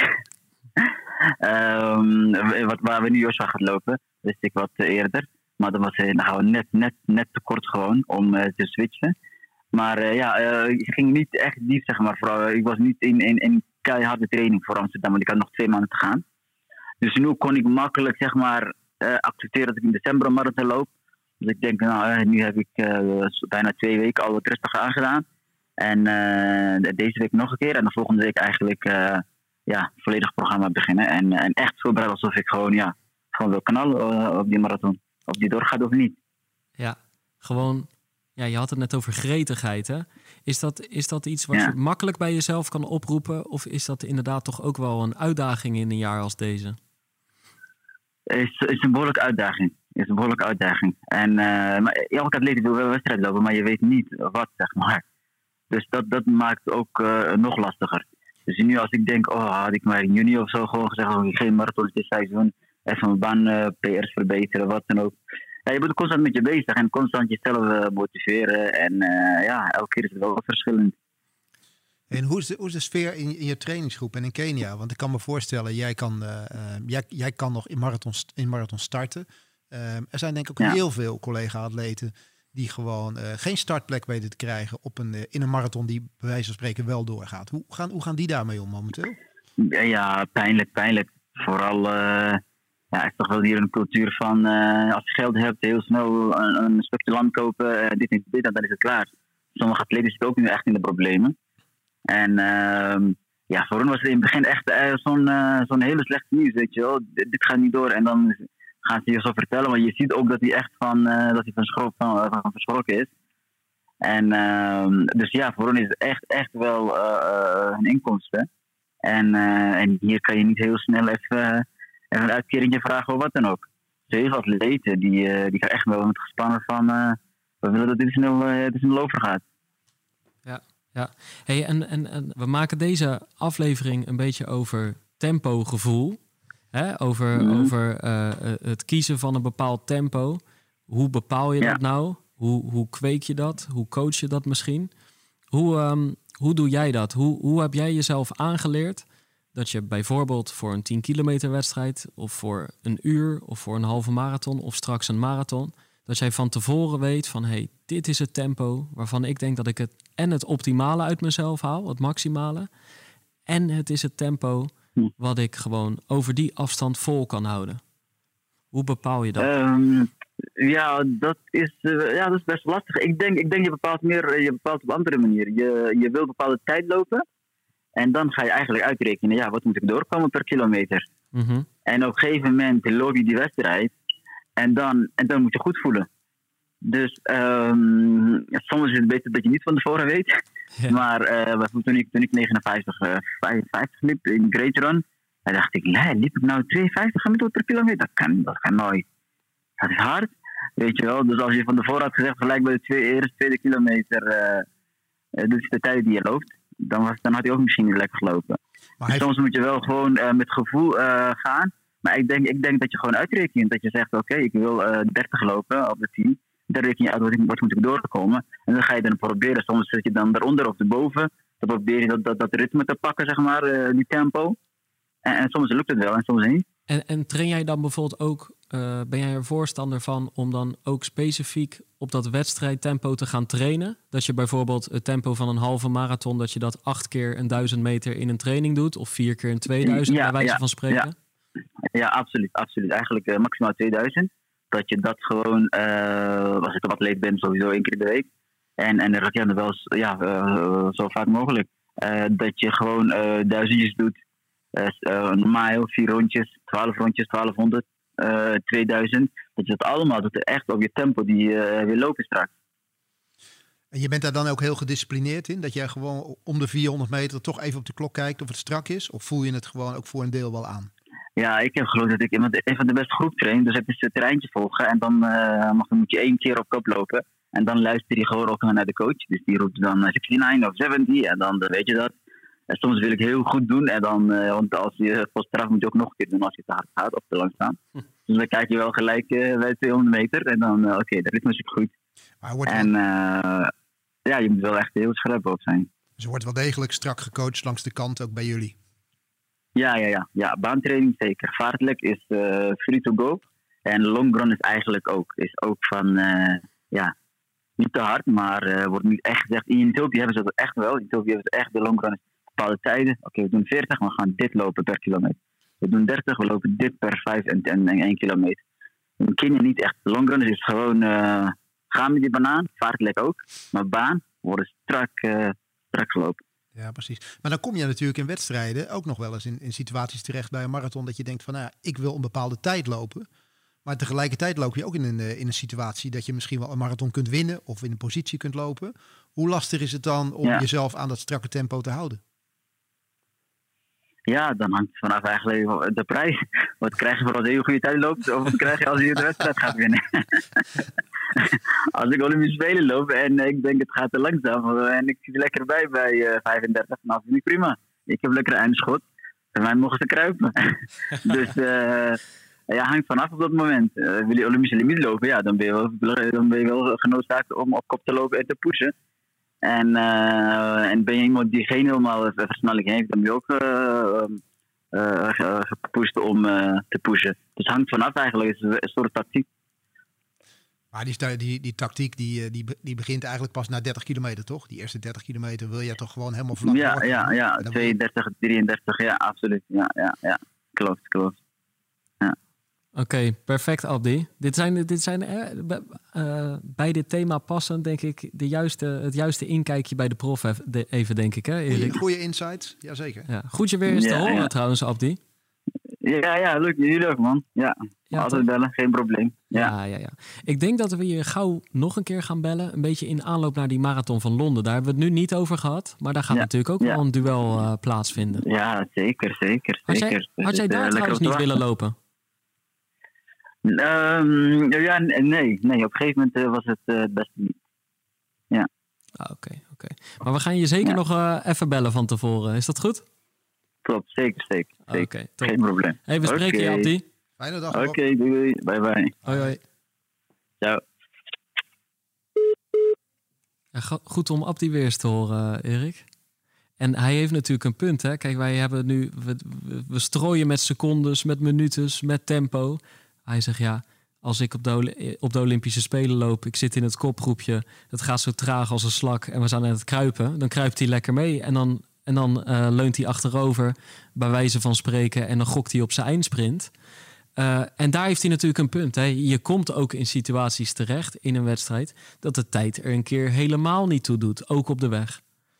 Waar we nu Joshua gaat lopen, wist ik wat eerder. Maar dat was net te kort gewoon om te switchen. Maar ik ging niet echt diep, zeg maar. Vooral, ik was niet in keiharde training voor Amsterdam, want ik had nog 2 maanden te gaan. Dus nu kon ik makkelijk, zeg maar, accepteren dat ik in december een marathon loop. Dus ik denk, nou, nu heb ik bijna 2 weken al wat rustig aangedaan. En deze week nog een keer. En de volgende week eigenlijk volledig programma beginnen. En echt voorbereiden alsof ik gewoon wil knallen op die marathon. Of die doorgaat of niet. Ja, gewoon... Ja, je had het net over gretigheid, hè? Is dat iets wat je makkelijk bij jezelf kan oproepen? Of is dat inderdaad toch ook wel een uitdaging in een jaar als deze? Is een behoorlijke uitdaging. En maar elke atleet wil wel wedstrijd lopen, maar je weet niet wat, zeg maar. Dus dat maakt het ook nog lastiger. Dus nu als ik denk, had ik maar in juni of zo gewoon gezegd, geen marathons dit seizoen, even mijn baan PR's verbeteren, wat dan ook. Ja, je bent constant met je bezig en constant jezelf motiveren. En elke keer is het wel wat verschillend. En hoe is de sfeer in je trainingsgroep en in Kenia? Want ik kan me voorstellen, jij kan nog in marathon starten. Er zijn denk ik ook heel veel collega-atleten die gewoon geen startplek weten te krijgen in een marathon die bij wijze van spreken wel doorgaat. Hoe gaan die daarmee om momenteel? Ja, pijnlijk. Vooral... het is toch wel hier een cultuur van als je geld hebt, heel snel een stukje land kopen, dit en dan is het klaar. Sommige atleten zitten ook nu echt in de problemen. En voor hen was het in het begin echt zo'n hele slechte nieuws, weet je wel. Dit gaat niet door en dan gaan ze je zo vertellen, maar je ziet ook dat hij echt van verschrokken is. En dus voor hen is het echt wel een inkomsten. En hier kan je niet heel snel even een uitkeringje vragen of wat dan ook. Dus heel veel atleten die gaan echt wel met gespannen van we willen dat dit snel overgaat. Ja. Hey, en we maken deze aflevering een beetje over tempogevoel. Hè? Over het kiezen van een bepaald tempo. Hoe bepaal je dat nou? Hoe kweek je dat? Hoe coach je dat misschien? Hoe doe jij dat? Hoe heb jij jezelf aangeleerd dat je bijvoorbeeld voor een 10 kilometer wedstrijd of voor een uur of voor een halve marathon of straks een marathon, dat jij van tevoren weet van dit is het tempo waarvan ik denk dat ik het optimale uit mezelf haal, het maximale. En het is het tempo wat ik gewoon over die afstand vol kan houden. Hoe bepaal je dat? Dat is best lastig. Ik denk je bepaalt op een andere manier. Je wil een bepaalde tijd lopen. En dan ga je eigenlijk uitrekenen, wat moet ik doorkomen per kilometer. Mm-hmm. En op een gegeven moment loop je die wedstrijd. En dan moet je goed voelen. Dus soms is het beter dat je niet van tevoren weet. Ja. Maar toen ik 55 liep in Great Run, dan dacht ik, liep ik nou 52 gemiddeld per kilometer? Dat kan nooit. Dat is hard, weet je wel. Dus als je van tevoren had gezegd, gelijk bij de eerste, tweede kilometer, dit is de tijd die je loopt. Dan had hij ook misschien niet lekker gelopen. Maar dus soms moet je wel gewoon met gevoel gaan. Maar ik denk dat je gewoon uitrekent. Dat je zegt, oké, ik wil 30 lopen op de 10. Dan reken je uit wat moet ik doorkomen. En dan ga je dan proberen. Soms zit je dan daaronder of erboven. Dan probeer je dat ritme te pakken, zeg maar, die tempo. En soms lukt het wel en soms niet. En train jij dan bijvoorbeeld ook, ben jij er voorstander van om dan ook specifiek op dat wedstrijdtempo te gaan trainen? Dat je bijvoorbeeld het tempo van een halve marathon, dat je dat 8 keer 1000 meter in een training doet? Of 4 keer 2000, bij wijze van spreken? Ja, absoluut. Eigenlijk maximaal 2000. Dat je dat gewoon, als ik een atleet ben, sowieso 1 keer in de week. En dan raak je wel zo vaak mogelijk. Dat je gewoon duizendjes doet. Normaal 4 rondjes, 12 rondjes, 1200, 2000. Dat je dat allemaal doet, echt op je tempo die weer lopen straks. En je bent daar dan ook heel gedisciplineerd in? Dat jij gewoon om de 400 meter toch even op de klok kijkt of het strak is? Of voel je het gewoon ook voor een deel wel aan? Ja, ik heb geloof dat ik een van de beste groep train. Dus het is het terreintje volgen. En dan moet je 1 keer op kop lopen. En dan luister je gewoon ook naar de coach. Dus die roept dan 69 of 70. En dan weet je dat. En soms wil ik heel goed doen. En dan, want als je voor straf moet je ook nog een keer doen als je te hard gaat of te langzaam. Dus dan kijk je wel gelijk bij 200 meter. En dan, oké, dat ritme is goed. Je moet wel echt heel scherp op zijn. Dus er wordt wel degelijk strak gecoacht langs de kant, ook bij jullie? Ja, baantraining zeker. Vaartelijk is free to go. En longrun is eigenlijk ook van, niet te hard, maar wordt niet echt gezegd. In Ethiopië hebben ze dat echt wel. In Ethiopië hebben ze echt de longrun bepaalde tijden. Oké, we doen 40, we gaan dit lopen per kilometer. We doen 30, we lopen dit per 5 en 1 kilometer. In Kenia niet echt. De longrun is gewoon gaan met die banaan, vaartelijk ook. Maar baan worden strak gelopen. Ja, precies. Maar dan kom je natuurlijk in wedstrijden ook nog wel eens in situaties terecht bij een marathon dat je denkt van, nou ja, ik wil een bepaalde tijd lopen. Maar tegelijkertijd loop je ook in een situatie dat je misschien wel een marathon kunt winnen of in een positie kunt lopen. Hoe lastig is het dan om jezelf aan dat strakke tempo te houden? Ja, dan hangt het vanaf eigenlijk de prijs. Wat krijg je voor als je een goede tijd loopt of wat krijg je als je de wedstrijd gaat winnen? Als ik Olympische Spelen loop en ik denk het gaat te langzaam en ik zit lekker bij 35, dan vind ik prima. Ik heb lekker eindschot. Bij mij mogen ze kruipen. Dus hangt vanaf op dat moment. Wil je Olympische limiet lopen, ja, dan ben je wel genoodzaakt om op kop te lopen en te pushen. En ben je iemand die geen helemaal versnelling heeft, dan ben je ook gepusht om te pushen. Dus het hangt vanaf eigenlijk. Het is een soort tactiek. Maar die tactiek die begint eigenlijk pas na 30 kilometer, toch? Die eerste 30 kilometer wil je toch gewoon helemaal vlak door? Ja. 32, 33, ja, absoluut. Ja. Klopt. Ja. Oké, perfect, Abdi. Dit zijn bij dit thema passend, denk ik, het juiste inkijkje bij de prof even, denk ik, hè, Erik? Goeie insights, jazeker. Ja. Goed je weer eens te horen trouwens, Abdi. Ja, leuk. Jullie ook, man. Ja, altijd bellen, geen probleem. Ja. Ik denk dat we je gauw nog een keer gaan bellen. Een beetje in aanloop naar die marathon van Londen. Daar hebben we het nu niet over gehad. Maar daar gaat natuurlijk ook wel een duel plaatsvinden. Ja, zeker. Had jij daar trouwens niet willen lopen? Nee. Op een gegeven moment was het best niet. Ja. Oké. Maar we gaan je zeker nog even bellen van tevoren. Is dat goed? Klopt, zeker. Okay, geen probleem. Hey, we spreken je, Abdi. Fijne dag. Oké, doei. Bye. Hoi. Ciao. Ja, goed om Abdi weer eens te horen, Erik. En hij heeft natuurlijk een punt, hè. Kijk, wij hebben nu... We strooien met secondes, met minutes, met tempo. Hij zegt, ja, als ik op de Olympische Spelen loop... ik zit in het kopgroepje, het gaat zo traag als een slak... en we zijn aan het kruipen, dan kruipt hij lekker mee... En dan leunt hij achterover, bij wijze van spreken... en dan gokt hij op zijn eindsprint. En daar heeft hij natuurlijk een punt. Hè. Je komt ook in situaties terecht in een wedstrijd... dat de tijd er een keer helemaal niet toe doet, ook op de weg.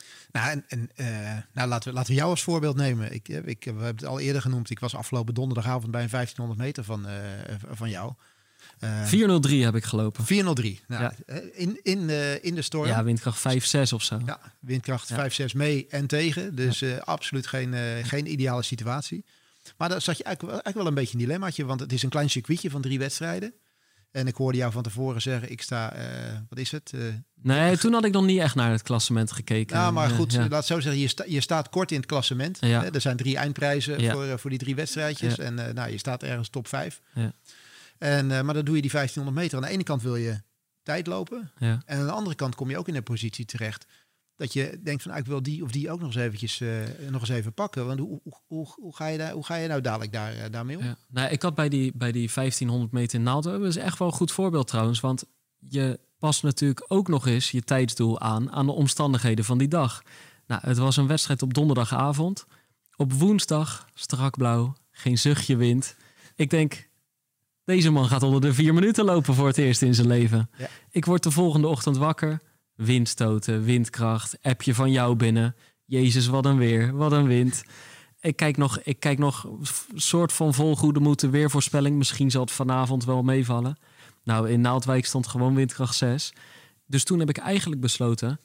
Nou, laten we jou als voorbeeld nemen. We hebben het al eerder genoemd. Ik was afgelopen donderdagavond bij een 1500 meter van jou. 4:03 heb ik gelopen. 4:03. Nou, in de storm. Ja, windkracht 5-6 of zo. Ja, windkracht 5-6 mee en tegen. Dus absoluut geen ideale situatie. Maar daar zat je eigenlijk wel een beetje een dilemmaatje. Want het is een klein circuitje van 3 wedstrijden. En ik hoorde jou van tevoren zeggen, ik sta, wat is het? Nee, toen had ik nog niet echt naar het klassement gekeken. Nou, maar goed, laat het zo zeggen, je staat kort in het klassement. Ja. Er zijn 3 eindprijzen voor die 3 wedstrijdjes. Ja. En je staat ergens top 5. Ja. Maar dan doe je die 1500 meter. Aan de ene kant wil je tijd lopen. Ja. En aan de andere kant kom je ook in een positie terecht dat je denkt van, ik wil die of die ook nog eens even pakken. Want hoe ga je nou dadelijk daarmee om? Ja. Nou, ik had bij die 1500 meter in Naaldwijk, dat is echt wel een goed voorbeeld trouwens. Want je past natuurlijk ook nog eens je tijdsdoel aan de omstandigheden van die dag. Nou, het was een wedstrijd op donderdagavond. Op woensdag, strak blauw, geen zuchtje wind. Ik denk, deze man gaat onder de 4 minuten lopen voor het eerst in zijn leven. Ja. Ik word de volgende ochtend wakker. Windstoten, windkracht, appje van jou binnen. Jezus, wat een weer, wat een wind. Ik kijk nog soort van vol goede moed de weervoorspelling. Misschien zal het vanavond wel meevallen. Nou, in Naaldwijk stond gewoon windkracht 6. Dus toen heb ik eigenlijk besloten,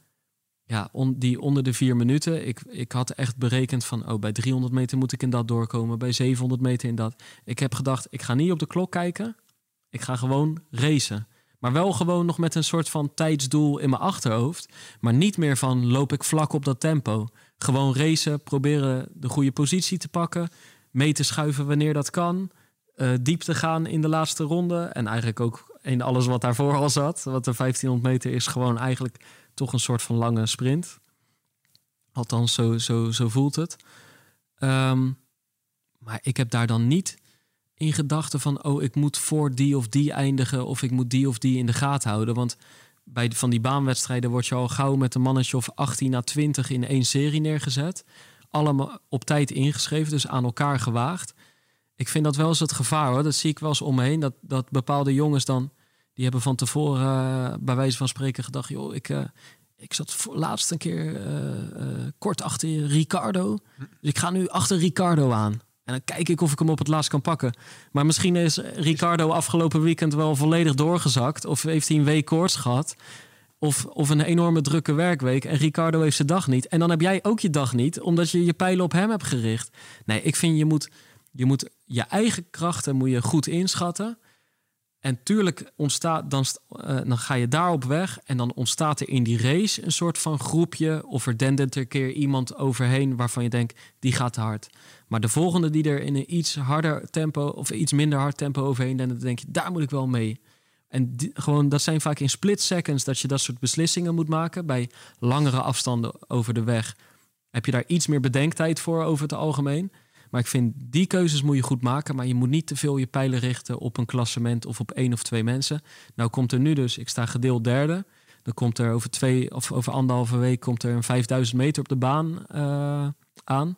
die onder de 4 minuten. Ik had echt berekend van, bij 300 meter moet ik in dat doorkomen. Bij 700 meter in dat. Ik heb gedacht, ik ga niet op de klok kijken. Ik ga gewoon racen. Maar wel gewoon nog met een soort van tijdsdoel in mijn achterhoofd. Maar niet meer van, loop ik vlak op dat tempo. Gewoon racen, proberen de goede positie te pakken. Mee te schuiven wanneer dat kan. Diep te gaan in de laatste ronde. En eigenlijk ook in alles wat daarvoor al zat. Want de 1500 meter is gewoon eigenlijk toch een soort van lange sprint. Althans, zo voelt het. Maar ik heb daar dan niet in gedachten van, ik moet voor die of die eindigen of ik moet die of die in de gaten houden. Want van die baanwedstrijden word je al gauw met een mannetje of 18 à 20 in 1 serie neergezet. Allemaal op tijd ingeschreven, dus aan elkaar gewaagd. Ik vind dat wel eens het gevaar, hoor. Dat zie ik wel eens om me heen. Dat bepaalde jongens dan, die hebben van tevoren bij wijze van spreken gedacht, joh, Ik zat laatst een keer kort achter Ricardo. Dus ik ga nu achter Ricardo aan. En dan kijk ik of ik hem op het laatst kan pakken. Maar misschien is Ricardo afgelopen weekend wel volledig doorgezakt. Of heeft hij een week koorts gehad. Of een enorme drukke werkweek. En Ricardo heeft zijn dag niet. En dan heb jij ook je dag niet. Omdat je je pijlen op hem hebt gericht. Nee, ik vind je moet je eigen krachten moet je goed inschatten. En tuurlijk dan ga je daar op weg. En dan ontstaat er in die race een soort van groepje. Of er dendert er een keer iemand overheen waarvan je denkt, die gaat te hard. Maar de volgende die er in een iets harder tempo of iets minder hard tempo overheen dendert, dan denk je, daar moet ik wel mee. En dat zijn vaak in split seconds dat je dat soort beslissingen moet maken. Bij langere afstanden over de weg heb je daar iets meer bedenktijd voor over het algemeen. Maar ik vind, die keuzes moet je goed maken. Maar je moet niet te veel je pijlen richten op een klassement of op 1 of 2 mensen. Nou komt er nu dus, ik sta gedeeld derde. Dan komt er over 2 of over 1,5 week komt er een 5000 meter op de baan aan.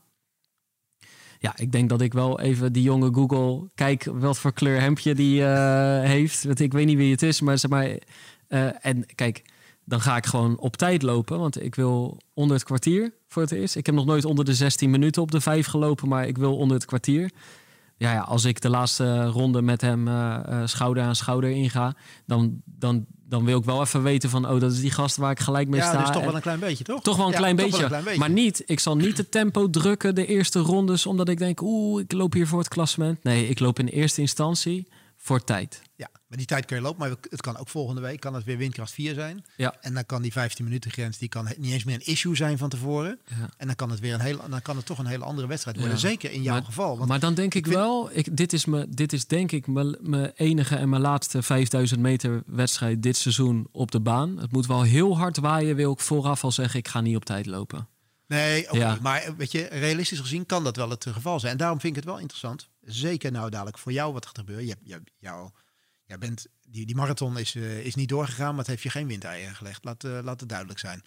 Ja, ik denk dat ik wel even die jonge Google, kijk wat voor kleur hemdje die heeft. Want ik weet niet wie het is, maar zeg maar. En kijk, dan ga ik gewoon op tijd lopen. Want ik wil onder het kwartier voor het eerst. Ik heb nog nooit onder de 16 minuten op de 5 gelopen, maar ik wil onder het kwartier. Ja, als ik de laatste ronde met hem schouder aan schouder inga, dan wil ik wel even weten van, dat is die gast waar ik gelijk mee sta. Ja, dus toch wel een klein beetje, toch? Toch wel een klein beetje. Maar niet, ik zal niet het tempo drukken de eerste rondes, omdat ik denk, ik loop hier voor het klassement. Nee, ik loop in eerste instantie voor tijd. Ja, maar die tijd kun je lopen, maar het kan ook volgende week, kan het weer windkracht 4 zijn. Ja. En dan kan die 15 minuten grens, die kan niet eens meer een issue zijn van tevoren. Ja. En dan kan het weer dan kan het toch een hele andere wedstrijd worden. Ja. Zeker in jouw geval. Want maar dan denk ik wel, dit is denk ik mijn enige en mijn laatste 5000 meter wedstrijd dit seizoen op de baan. Het moet wel heel hard waaien, wil ik vooraf al zeggen, ik ga niet op tijd lopen. Nee, maar weet je, realistisch gezien kan dat wel het geval zijn. En daarom vind ik het wel interessant. Zeker nou dadelijk voor jou wat gaat gebeuren. Jij bent, die marathon is niet doorgegaan, maar het heeft je geen windeieren gelegd. Laat het duidelijk zijn.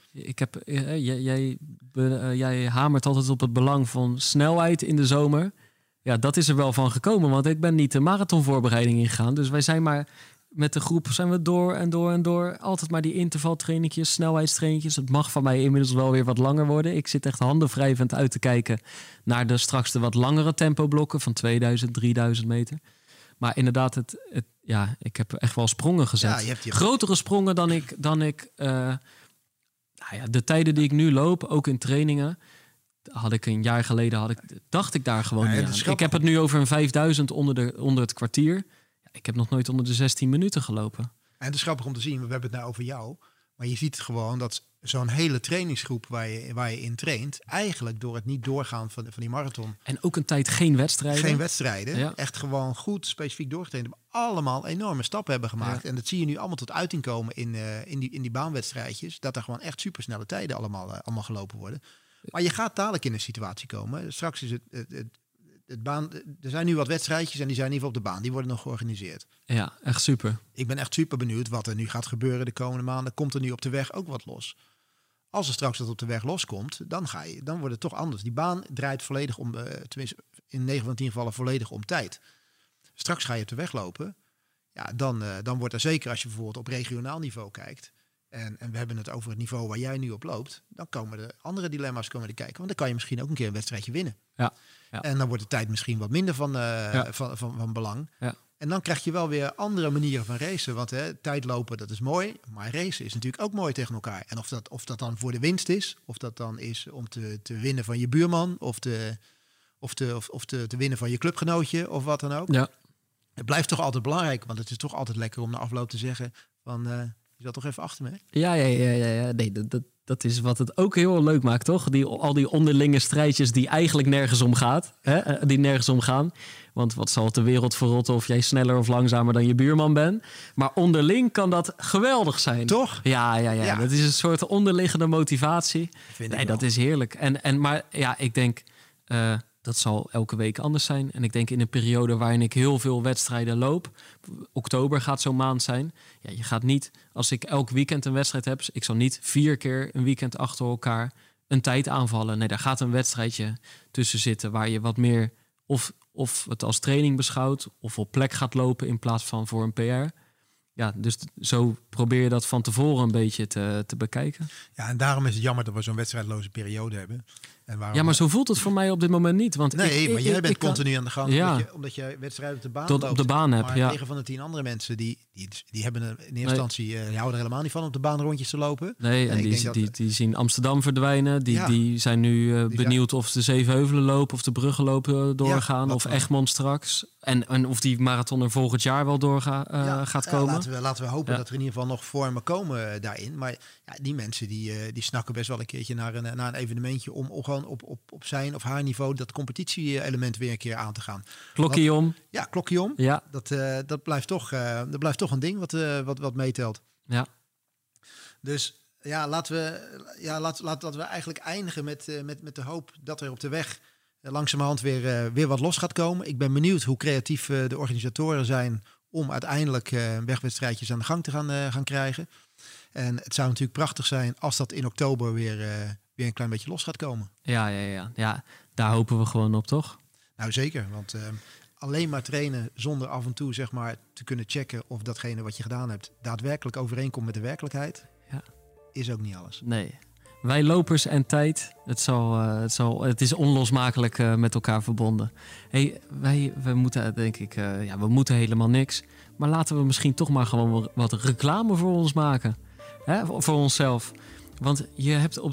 Jij hamert altijd op het belang van snelheid in de zomer. Ja, dat is er wel van gekomen, want ik ben niet de marathonvoorbereiding ingegaan. Dus wij zijn maar met de groep zijn we door en door en door. Altijd maar die intervaltrainingjes, snelheidstrainingjes. Het mag van mij inmiddels wel weer wat langer worden. Ik zit echt handenwrijvend uit te kijken naar straks de wat langere tempoblokken van 2000, 3000 meter. Maar inderdaad, ik heb echt wel sprongen gezet. Ja, grotere sprongen dan ik de tijden die ik nu loop, ook in trainingen, had ik een jaar geleden, dacht ik daar gewoon niet aan. Ik heb het nu over een 5000 onder het kwartier. Ik heb nog nooit onder de 16 minuten gelopen. En het is grappig om te zien, we hebben het nou over jou. Maar je ziet gewoon dat zo'n hele trainingsgroep waar je in traint, eigenlijk door het niet doorgaan van die marathon. En ook een tijd geen wedstrijden. Ja. Echt gewoon goed specifiek doorgetraind. Allemaal enorme stappen hebben gemaakt. Ja. En dat zie je nu allemaal tot uiting komen in die baanwedstrijdjes. Dat er gewoon echt supersnelle tijden allemaal gelopen worden. Maar je gaat dadelijk in een situatie komen. Straks is er zijn nu wat wedstrijdjes en die zijn in ieder geval op de baan. Die worden nog georganiseerd. Ja, echt super. Ik ben echt super benieuwd wat er nu gaat gebeuren de komende maanden. Komt er nu op de weg ook wat los? Als er straks wat op de weg loskomt, dan wordt het toch anders. Die baan draait volledig om, tenminste in 9 van 10 gevallen volledig om tijd. Straks ga je op de weg lopen. Ja, dan wordt er zeker, als je bijvoorbeeld op regionaal niveau kijkt, en we hebben het over het niveau waar jij nu op loopt, dan komen er andere dilemma's er kijken. Want dan kan je misschien ook een keer een wedstrijdje winnen. Ja. Ja. En dan wordt de tijd misschien wat minder van belang. Ja. En dan krijg je wel weer andere manieren van racen. Want tijdlopen, dat is mooi. Maar racen is natuurlijk ook mooi tegen elkaar. En of dat dan voor de winst is, of dat dan is om te winnen van je buurman, of te winnen van je clubgenootje, of wat dan ook. Ja. Het blijft toch altijd belangrijk. Want het is toch altijd lekker om na afloop te zeggen van, je zat toch even achter me, hè? Ja. Nee, dat is wat het ook heel leuk maakt, toch? Al die onderlinge strijdjes die eigenlijk nergens om gaat. Hè? Die nergens om gaan. Want wat zal het de wereld verrotten of jij sneller of langzamer dan je buurman bent. Maar onderling kan dat geweldig zijn. Toch? Ja. Dat is een soort onderliggende motivatie. Dat is heerlijk. Maar ik denk, dat zal elke week anders zijn. En ik denk in een periode waarin ik heel veel wedstrijden loop. Oktober gaat zo'n maand zijn. Ja, je gaat niet, als ik elk weekend een wedstrijd heb, ik zal niet 4 keer een weekend achter elkaar een tijd aanvallen. Nee, daar gaat een wedstrijdje tussen zitten waar je wat meer of het als training beschouwt of op plek gaat lopen in plaats van voor een PR. dus zo probeer je dat van tevoren een beetje te bekijken. Ja, en daarom is het jammer dat we zo'n wedstrijdloze periode hebben. En maar zo voelt het voor mij op dit moment niet. Want maar jij bent continu aan de gang. Omdat je wedstrijden op de baan loopt. Op de baan hebt, maar 9 van de 10 andere mensen die hebben in eerste instantie... die houden er helemaal niet van op de baan rondjes te lopen. Nee, en die zien Amsterdam verdwijnen. Die zijn nu benieuwd of de Zevenheuvelen lopen... of de Bruggenlopen doorgaan. Of Egmond straks. En of die marathon er volgend jaar wel gaat komen. Laten we hopen dat er in ieder geval nog vormen komen daarin. Maar die mensen die snakken best wel een keertje naar een evenementje... om gewoon op zijn of haar niveau dat competitie-element weer een keer aan te gaan. Klokje om. Ja, klokje om. Ja. Dat blijft toch een ding wat meetelt. Ja. Dus laten we eigenlijk eindigen met de hoop dat er op de weg langzamerhand weer wat los gaat komen. Ik ben benieuwd hoe creatief de organisatoren zijn om uiteindelijk wegwedstrijdjes aan de gang te gaan krijgen. En het zou natuurlijk prachtig zijn als dat in oktober weer een klein beetje los gaat komen. Ja, daar hopen we gewoon op, toch? Nou, zeker. Want alleen maar trainen zonder af en toe zeg maar te kunnen checken of datgene wat je gedaan hebt daadwerkelijk overeenkomt met de werkelijkheid, is ook niet alles. Nee. Wij lopers en tijd, het is onlosmakelijk met elkaar verbonden. We moeten denk ik, we moeten helemaal niks. Maar laten we misschien toch maar gewoon wat reclame voor ons maken. Voor onszelf. Want je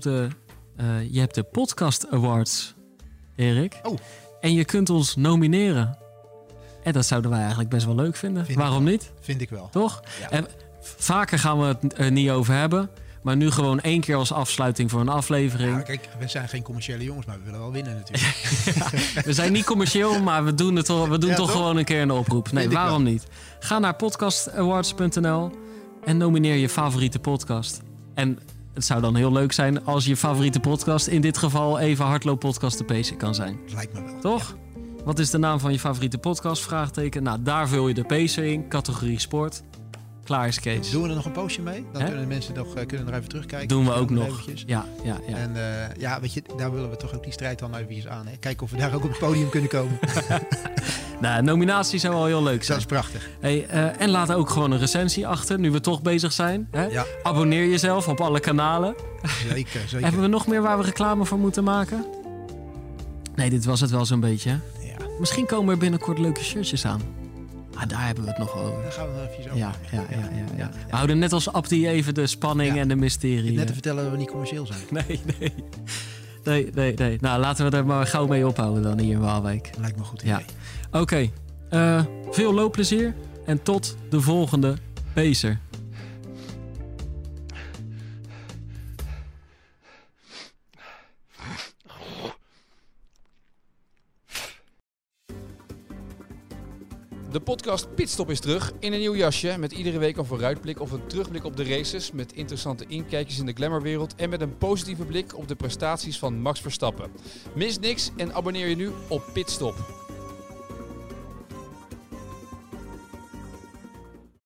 hebt de Podcast Awards, Erik. Oh. En je kunt ons nomineren. En dat zouden wij eigenlijk best wel leuk vinden. Waarom niet? Vind ik wel. Toch? Ja. En vaker gaan we het er niet over hebben. Maar nu gewoon 1 keer als afsluiting voor een aflevering. Ja, kijk, we zijn geen commerciële jongens, maar we willen wel winnen natuurlijk. We zijn niet commercieel, maar we doen toch gewoon een keer een oproep. Nee, waarom niet? Ga naar podcastawards.nl en nomineer je favoriete podcast. En het zou dan heel leuk zijn als je favoriete podcast in dit geval even Hardloop Podcast de Pacer kan zijn. Lijkt me wel. Toch? Ja. Wat is de naam van je favoriete podcast? Vraagteken. Nou, daar vul je de Pacer in, categorie sport. Klaar is Kees. Doen we er nog een poosje mee? Dan kunnen de mensen nog even terugkijken. Doen we ook nog. Eventjes. Ja. En weet je, daar willen we toch ook die strijd dan even aan. Hè? Kijken of we daar ook op het podium kunnen komen. Nou, nominatie zou wel heel leuk zijn. Dat is prachtig. En laat ook gewoon een recensie achter, nu we toch bezig zijn. Hè? Ja. Abonneer jezelf op alle kanalen. Zeker. Hebben we nog meer waar we reclame voor moeten maken? Nee, dit was het wel zo'n beetje. Ja. Misschien komen er binnenkort leuke shirtjes aan. Maar daar hebben we het nog over. Daar gaan we nog even over. Ja. We houden net als Abdi even de spanning en de mysterie. Net te vertellen dat we niet commercieel zijn. Nee. Nou, laten we er maar gauw mee ophouden dan hier in Waalwijk. Lijkt me goed idee. Ja. Oké. Veel loopplezier en tot de volgende Pacer. De podcast Pitstop is terug in een nieuw jasje met iedere week een vooruitblik of een terugblik op de races, met interessante inkijkjes in de glamourwereld en met een positieve blik op de prestaties van Max Verstappen. Mis niks en abonneer je nu op Pitstop.